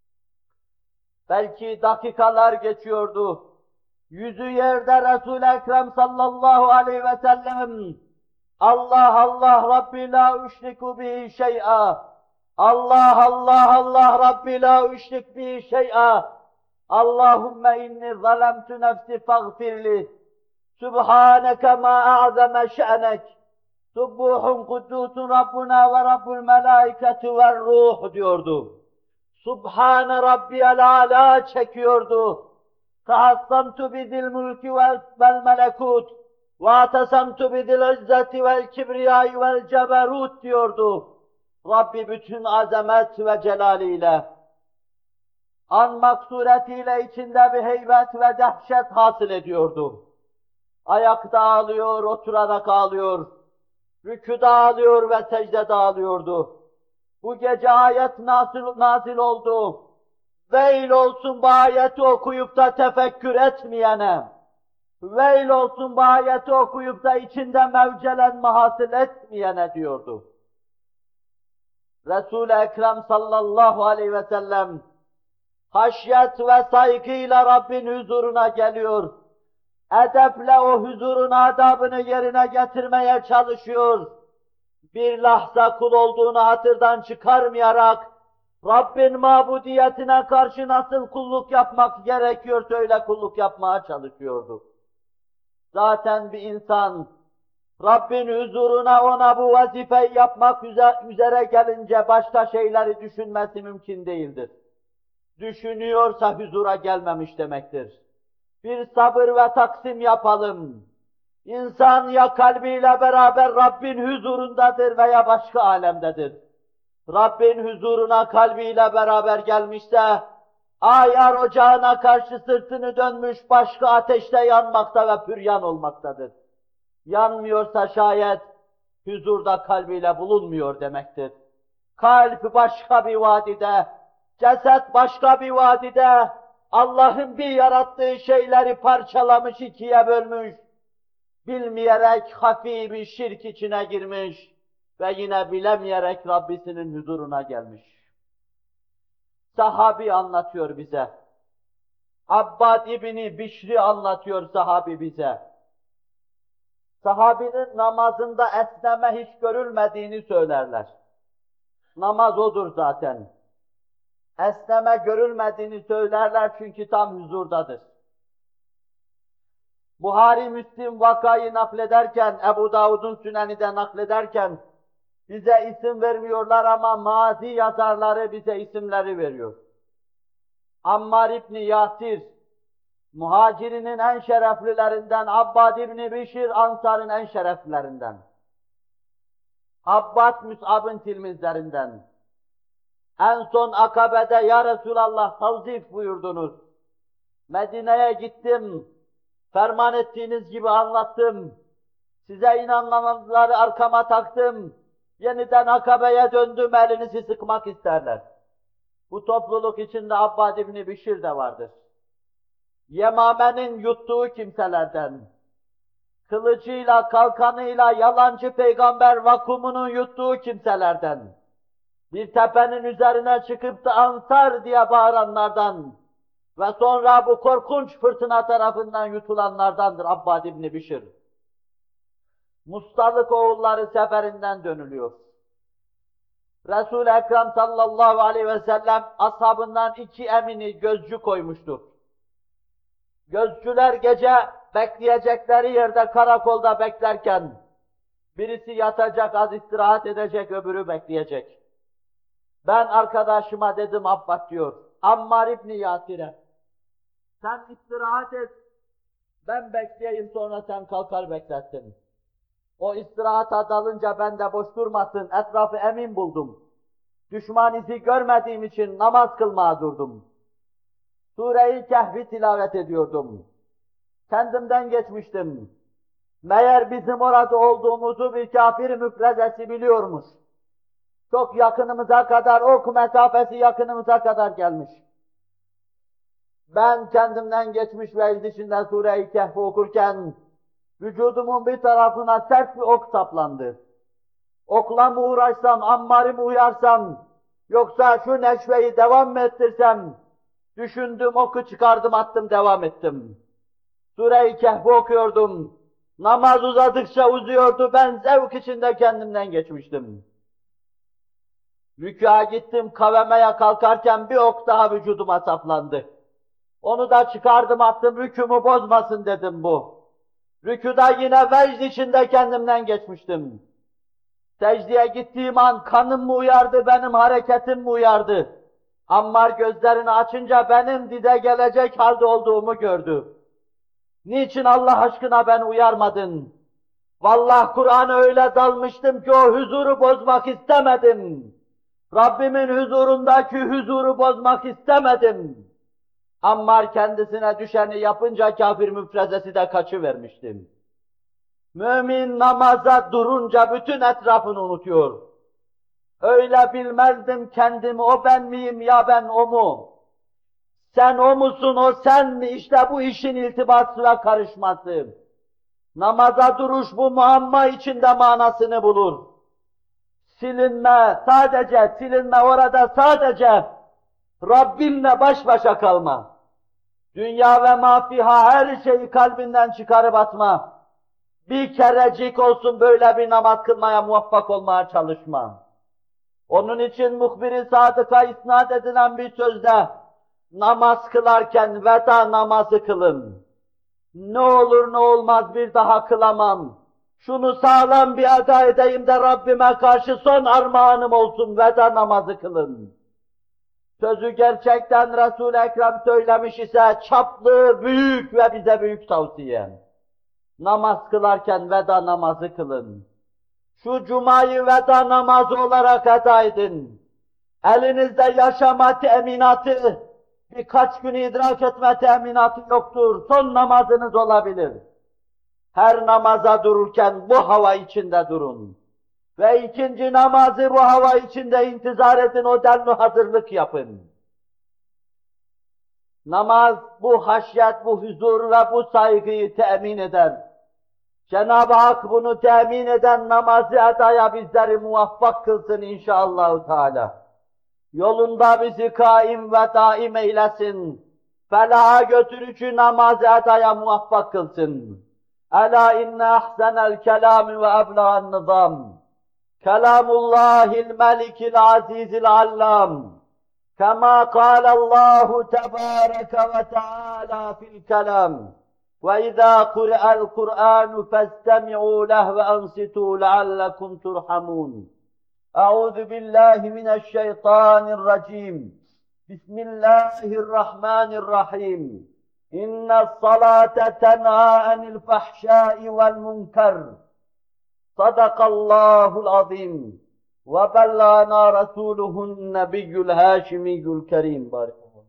Belki dakikalar geçiyordu. Yüzü yerde Resul-i Ekrem sallallahu aleyhi ve sellem, Allah Allah Rabbi la üşriku bihi şey'a. Allah Allah Allah Rabbi la üşrik bihi şey'a. Allahümme inni zalemtu nefsi faghfirli. Sübhaneke ma a'zeme şe'nek. Subbuhun kuddusun Rabbuna ve Rabbul melâiketi ve ruh diyordu. Subhane Rabbiyel Âlâ çekiyordu. Tahassamtu bidil mulki vel melekut ve atasamtu bidil izzeti vel kibriyâi vel ceberut diyordu. Rabbi bütün azamet ve celaliyle, anmak suretiyle içinde bir heybet ve dehşet hasıl ediyordu. Ayakta ağlıyor, oturarak ağlıyor, rükûda ağlıyor ve secdede ağlıyordu. Bu gece ayet nazil, nazil oldu. Veil olsun bu ayeti okuyup da tefekkür etmeyene. Veil olsun bu ayeti okuyup da içinde mevcelenme hasıl etmeyene diyordu. Resul-i Ekrem sallallahu aleyhi ve sellem haşyet ve saygıyla Rabbin huzuruna geliyor. Edeple o huzurun adabını yerine getirmeye çalışıyor. Bir lahza kul olduğunu hatırdan çıkarmayarak Rabbin mabudiyetine karşı nasıl kulluk yapmak gerekiyorsa öyle kulluk yapmaya çalışıyordu. Zaten bir insan Rabbin huzuruna ona bu vazifeyi yapmak üzere gelince başka şeyleri düşünmesi mümkün değildir. Düşünüyorsa huzura gelmemiş demektir. Bir sabır ve taksim yapalım. İnsan ya kalbiyle beraber Rabbin huzurundadır veya başka alemdedir. Rabbin huzuruna kalbiyle beraber gelmişse, ayar ocağına karşı sırtını dönmüş başka ateşte yanmakta ve püryan olmaktadır. Yanmıyorsa şayet huzurda kalbiyle bulunmuyor demektir. Kalp başka bir vadide, ceset başka bir vadide, Allah'ın bir yarattığı şeyleri parçalamış, ikiye bölmüş, bilmeyerek hafi bir şirk içine girmiş ve yine bilemeyerek Rabbisinin huzuruna gelmiş. Sahabi anlatıyor bize. Abbad İbni Bişri anlatıyor sahabi bize. Sahabinin namazında esneme hiç görülmediğini söylerler. Namaz odur zaten. Esneme görülmediğini söylerler çünkü tam huzurdadır. Buhari Müslim vakayı naklederken, Ebu Davud'un Sünen'inde naklederken bize isim vermiyorlar ama mazi yazarları bize isimleri veriyor. Ammar İbni Yasir, muhacirinin en şereflilerinden, Abbad İbni Bişir, Ansar'ın en şereflilerinden. Abbad Mus'ab'ın tilmizlerinden. En son Akabe'de ya Resulallah tavzif buyurdunuz. Medine'ye gittim, ferman ettiğiniz gibi anlattım. Size inananları arkama taktım. Yeniden Akabe'ye döndüm, elinizi sıkmak isterler. Bu topluluk içinde Abbad İbni Bişir de vardır. Yemame'nin yuttuğu kimselerden, kılıcıyla, kalkanıyla yalancı peygamber vakumunu yuttuğu kimselerden, bir tepenin üzerine çıkıp da Ansar diye bağıranlardan ve sonra bu korkunç fırtına tarafından yutulanlardandır Abbad İbni Bişir. Mustalık oğulları seferinden dönülüyor. Resul-i Ekrem sallallahu aleyhi ve sellem ashabından iki emini gözcü koymuştur. Gözcüler gece bekleyecekleri yerde karakolda beklerken birisi yatacak, az istirahat edecek, öbürü bekleyecek. Ben arkadaşıma dedim Abbad diyor, Ammar İbni Yasir'e, sen istirahat et, ben bekleyeyim sonra sen kalkar beklersin. O istirahata dalınca ben de boş durmasın, etrafı emin buldum. Düşman izi görmediğim için namaz kılmaya durdum. Sure-i Kehf'i tilavet ediyordum. Kendimden geçmiştim. Meğer bizim orada olduğumuzu bir kafir müfrezesi biliyormuş. Çok yakınımıza kadar, ok mesafesi yakınımıza kadar gelmiş. Ben kendimden geçmiş ve dışında Sure-i Kehf'i okurken, vücudumun bir tarafına sert bir ok saplandı. Okla mı uğraşsam, Ammar'ı mı uyarsam, yoksa şu neşveyi devam mı ettirsem, düşündüm, oku çıkardım, attım, devam ettim. Sure-i Kehf'i okuyordum. Namaz uzadıkça uzuyordu, ben zevk içinde kendimden geçmiştim. Rükûa gittim, kavemeye kalkarken bir ok daha vücuduma saplandı. Onu da çıkardım, attım, rükûmu bozmasın dedim bu. Rükûda yine vecd içinde kendimden geçmiştim. Secdeye gittiğim an kanım mı uyardı, benim hareketim mi uyardı? Ammar gözlerini açınca benim dide gelecek halde olduğumu gördü. Niçin Allah aşkına ben uyarmadın? Vallahi Kur'an'a öyle dalmıştım ki o huzuru bozmak istemedim. Rabbimin huzurundaki huzuru bozmak istemedim. Ammar kendisine düşeni yapınca kafir müfrezesi de kaçıvermiştim. Mümin namaza durunca bütün etrafını unutuyor. Öyle bilmezdim kendimi, o ben miyim ya ben o mu? Sen o musun, o sen mi? İşte bu işin iltibatı ve karışması. Namaza duruş bu muamma içinde manasını bulur. Silinme, sadece silinme orada sadece Rabbinle baş başa kalma. Dünya ve mafiha her şeyi kalbinden çıkarıp atma. Bir kerecik olsun böyle bir namaz kılmaya muvaffak olmaya çalışma. Onun için muhbir-i sadıka isnat edilen bir sözde namaz kılarken veda namazı kılın. Ne olur ne olmaz bir daha kılamam. Şunu sağlam bir eda edeyim de Rabbime karşı son armağanım olsun, veda namazı kılın. Sözü gerçekten Resul-i Ekrem söylemiş ise çaplı, büyük ve bize büyük tavsiye. Namaz kılarken veda namazı kılın. Şu cumayı veda namazı olarak eda edin. Elinizde yaşama teminatı, birkaç gün idrak etme teminatı yoktur. Son namazınız olabilir. Her namaza dururken bu hava içinde durun. Ve ikinci namazı bu hava içinde intizar edin, o denli hazırlık yapın. Namaz bu haşyet, bu huzur ve bu saygıyı temin eder. Cenab-ı Hak bunu temin eden namazı edaya bizleri muvaffak kılsın inşallah Teala. Yolunda bizi kaim ve daim eylesin. Felaha götürücü namazı edaya muvaffak kılsın. Ela inne ahsenel kelami ve ebla'n nizam. Kelamullahil melikil azizil allam. Kema kâlallahu tebâreke ve teâlâ fil kelam. وَإِذَا قُرِئَ الْقُرْآنُ فَاسْتَمِعُوا لَهُ وَأَنصِتُوا لَعَلَّكُمْ تُرْحَمُونَ أعوذ بالله من الشيطان الرجيم بسم الله الرحمن الرحيم إن الصلاة تنهى عن الفحشاء والمنكر صدق الله العظيم وبلغنا رسوله النبي الهاشمي الكريم بارك الله.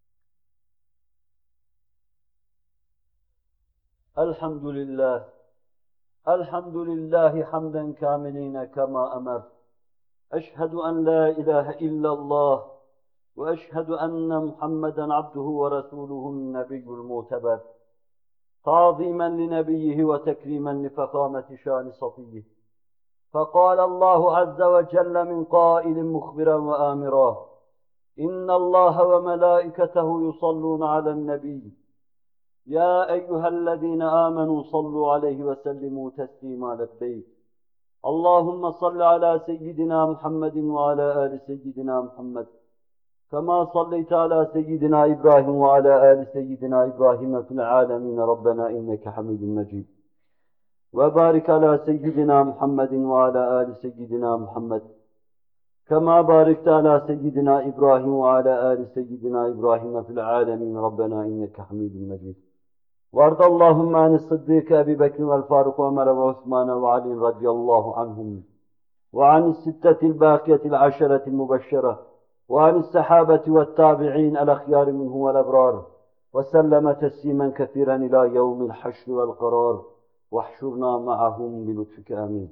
الحمد لله الحمد لله حمدا كاملين كما أمر. أشهد أن لا إله إلا الله وأشهد أن محمدا عبده ورسوله النبي المعتبر تعظيما لنبيه وتكريما لفخامة شان صفيه. فقال الله عز وجل من قائل مخبرا وآمرا إن الله وملائكته يصلون على النبي يا أيها الذين آمنوا صلوا عليه وسلموا تسليما لبيك. اللهم صل على سيدنا محمد وعلى آل سيدنا محمد كما صليت على سيدنا إبراهيم وعلى آل سيدنا إبراهيم في العالمين ربنا إنك حميد مجيد. وبارك على سيدنا محمد وعلى آل سيدنا محمد كما باركت على سيدنا إبراهيم وعلى آل سيدنا إبراهيم في العالمين ربنا إنك حميد مجيد. وارض اللهم عن الصديق أبي بكر والفاروق وعمر وعثمان وعلي رضي الله عنهم وعن الستة الباقية العشرة المبشرة وعن الصحابة والتابعين الأخيار منهم والأبرار وسلم تسليما كثيرا إلى يوم الحشر والقرار واحشرنا معهم بلطفك آمين.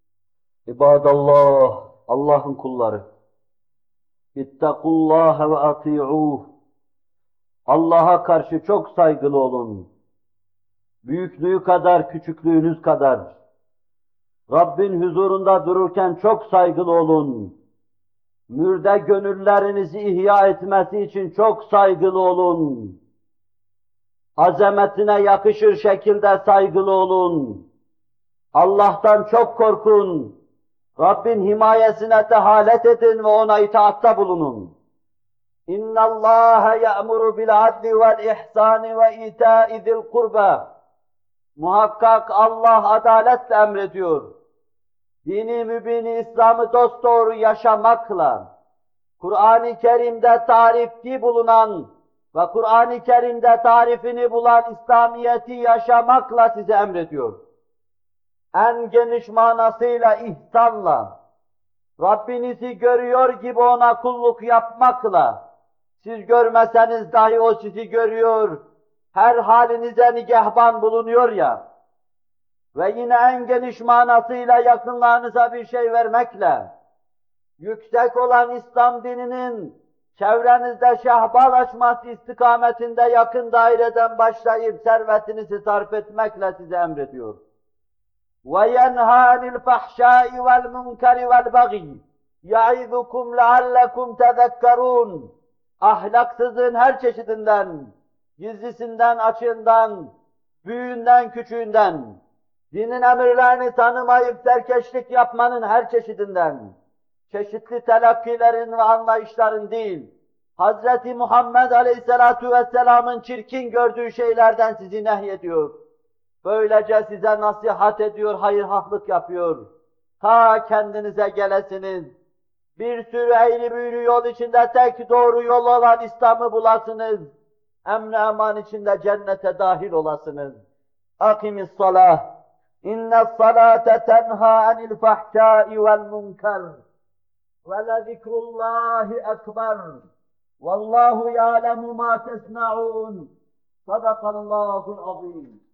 İbadallah, Allah'ın kulları, İttakullaha ve ati'uh. Allah'a karşı çok saygılı olun. Büyüklüğü kadar, küçüklüğünüz kadar. Rabbin huzurunda dururken çok saygılı olun. Mürde gönüllerinizi ihya etmesi için çok saygılı olun. Azametine yakışır şekilde saygılı olun. Allah'tan çok korkun. Rabbin himayesine tehalet edin ve ona itaatta bulunun. İnna Allaha ya'muru bil adli vel ihsani ve ita'i zil kurba Muhakkak Allah adaletle emrediyor. Dini mübini İslam'ı dosdoğru yaşamakla, Kur'an-ı Kerim'de tarifli bulunan ve Kur'an-ı Kerim'de tarifini bulan İslamiyet'i yaşamakla size emrediyor. En geniş manasıyla ihsanla, Rabbinizi görüyor gibi ona kulluk yapmakla, siz görmeseniz dahi o sizi görüyor, her halinize nigahban bulunuyor ya, ve yine en geniş manasıyla yakınlarınıza bir şey vermekle, yüksek olan İslam dininin çevrenizde şehbal açması istikametinde yakın daireden başlayıp servetinizi sarf etmekle size emrediyor. وَيَنْهَا عَنِ الْفَحْشَاءِ وَالْمُنْكَرِ وَالْبَغِيِّ يَعِظُكُمْ لَعَلَّكُمْ تَذَكَّرُونَ Ahlaksızlığın her çeşidinden, gizlisinden, açığından, büyüğünden, küçüğünden, dinin emirlerini tanımayıp serkeşlik yapmanın her çeşidinden, çeşitli telakkilerin ve anlayışların değil, Hazreti Muhammed Aleyhisselatu Vesselam'ın çirkin gördüğü şeylerden sizi nehyediyor. Böylece size nasihat ediyor, hayırhahlık yapıyor. Ta kendinize gelesiniz. Bir sürü eğri büğrü yol içinde tek doğru yol olan İslam'ı bulasınız. Emn-i eman içinde cennete dahil olasınız. Akimis salah. İnne salate tenha anil fahşai vel munkar. Ve lezikrullahi ekber. Vallahu ya'lemu ma tesna'un. Sadakallahul azim.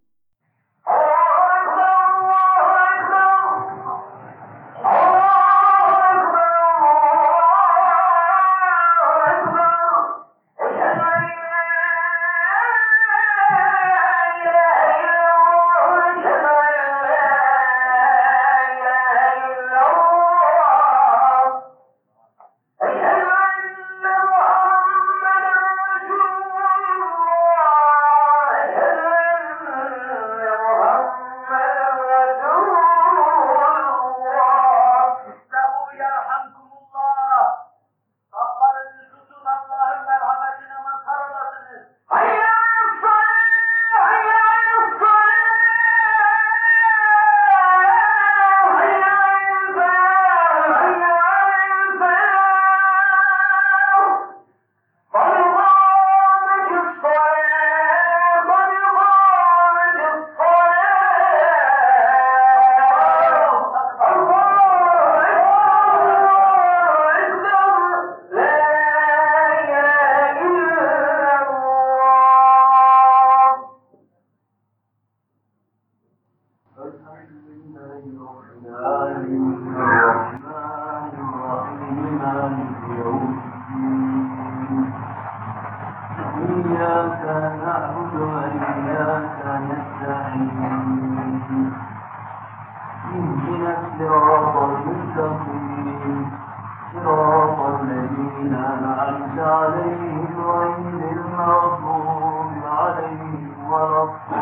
إياك نعبد وإياك نستعين اهدنا الصراط المستقيم صراط الذين أنعمت عليهم غير المغضوب عليهم ولا الضالين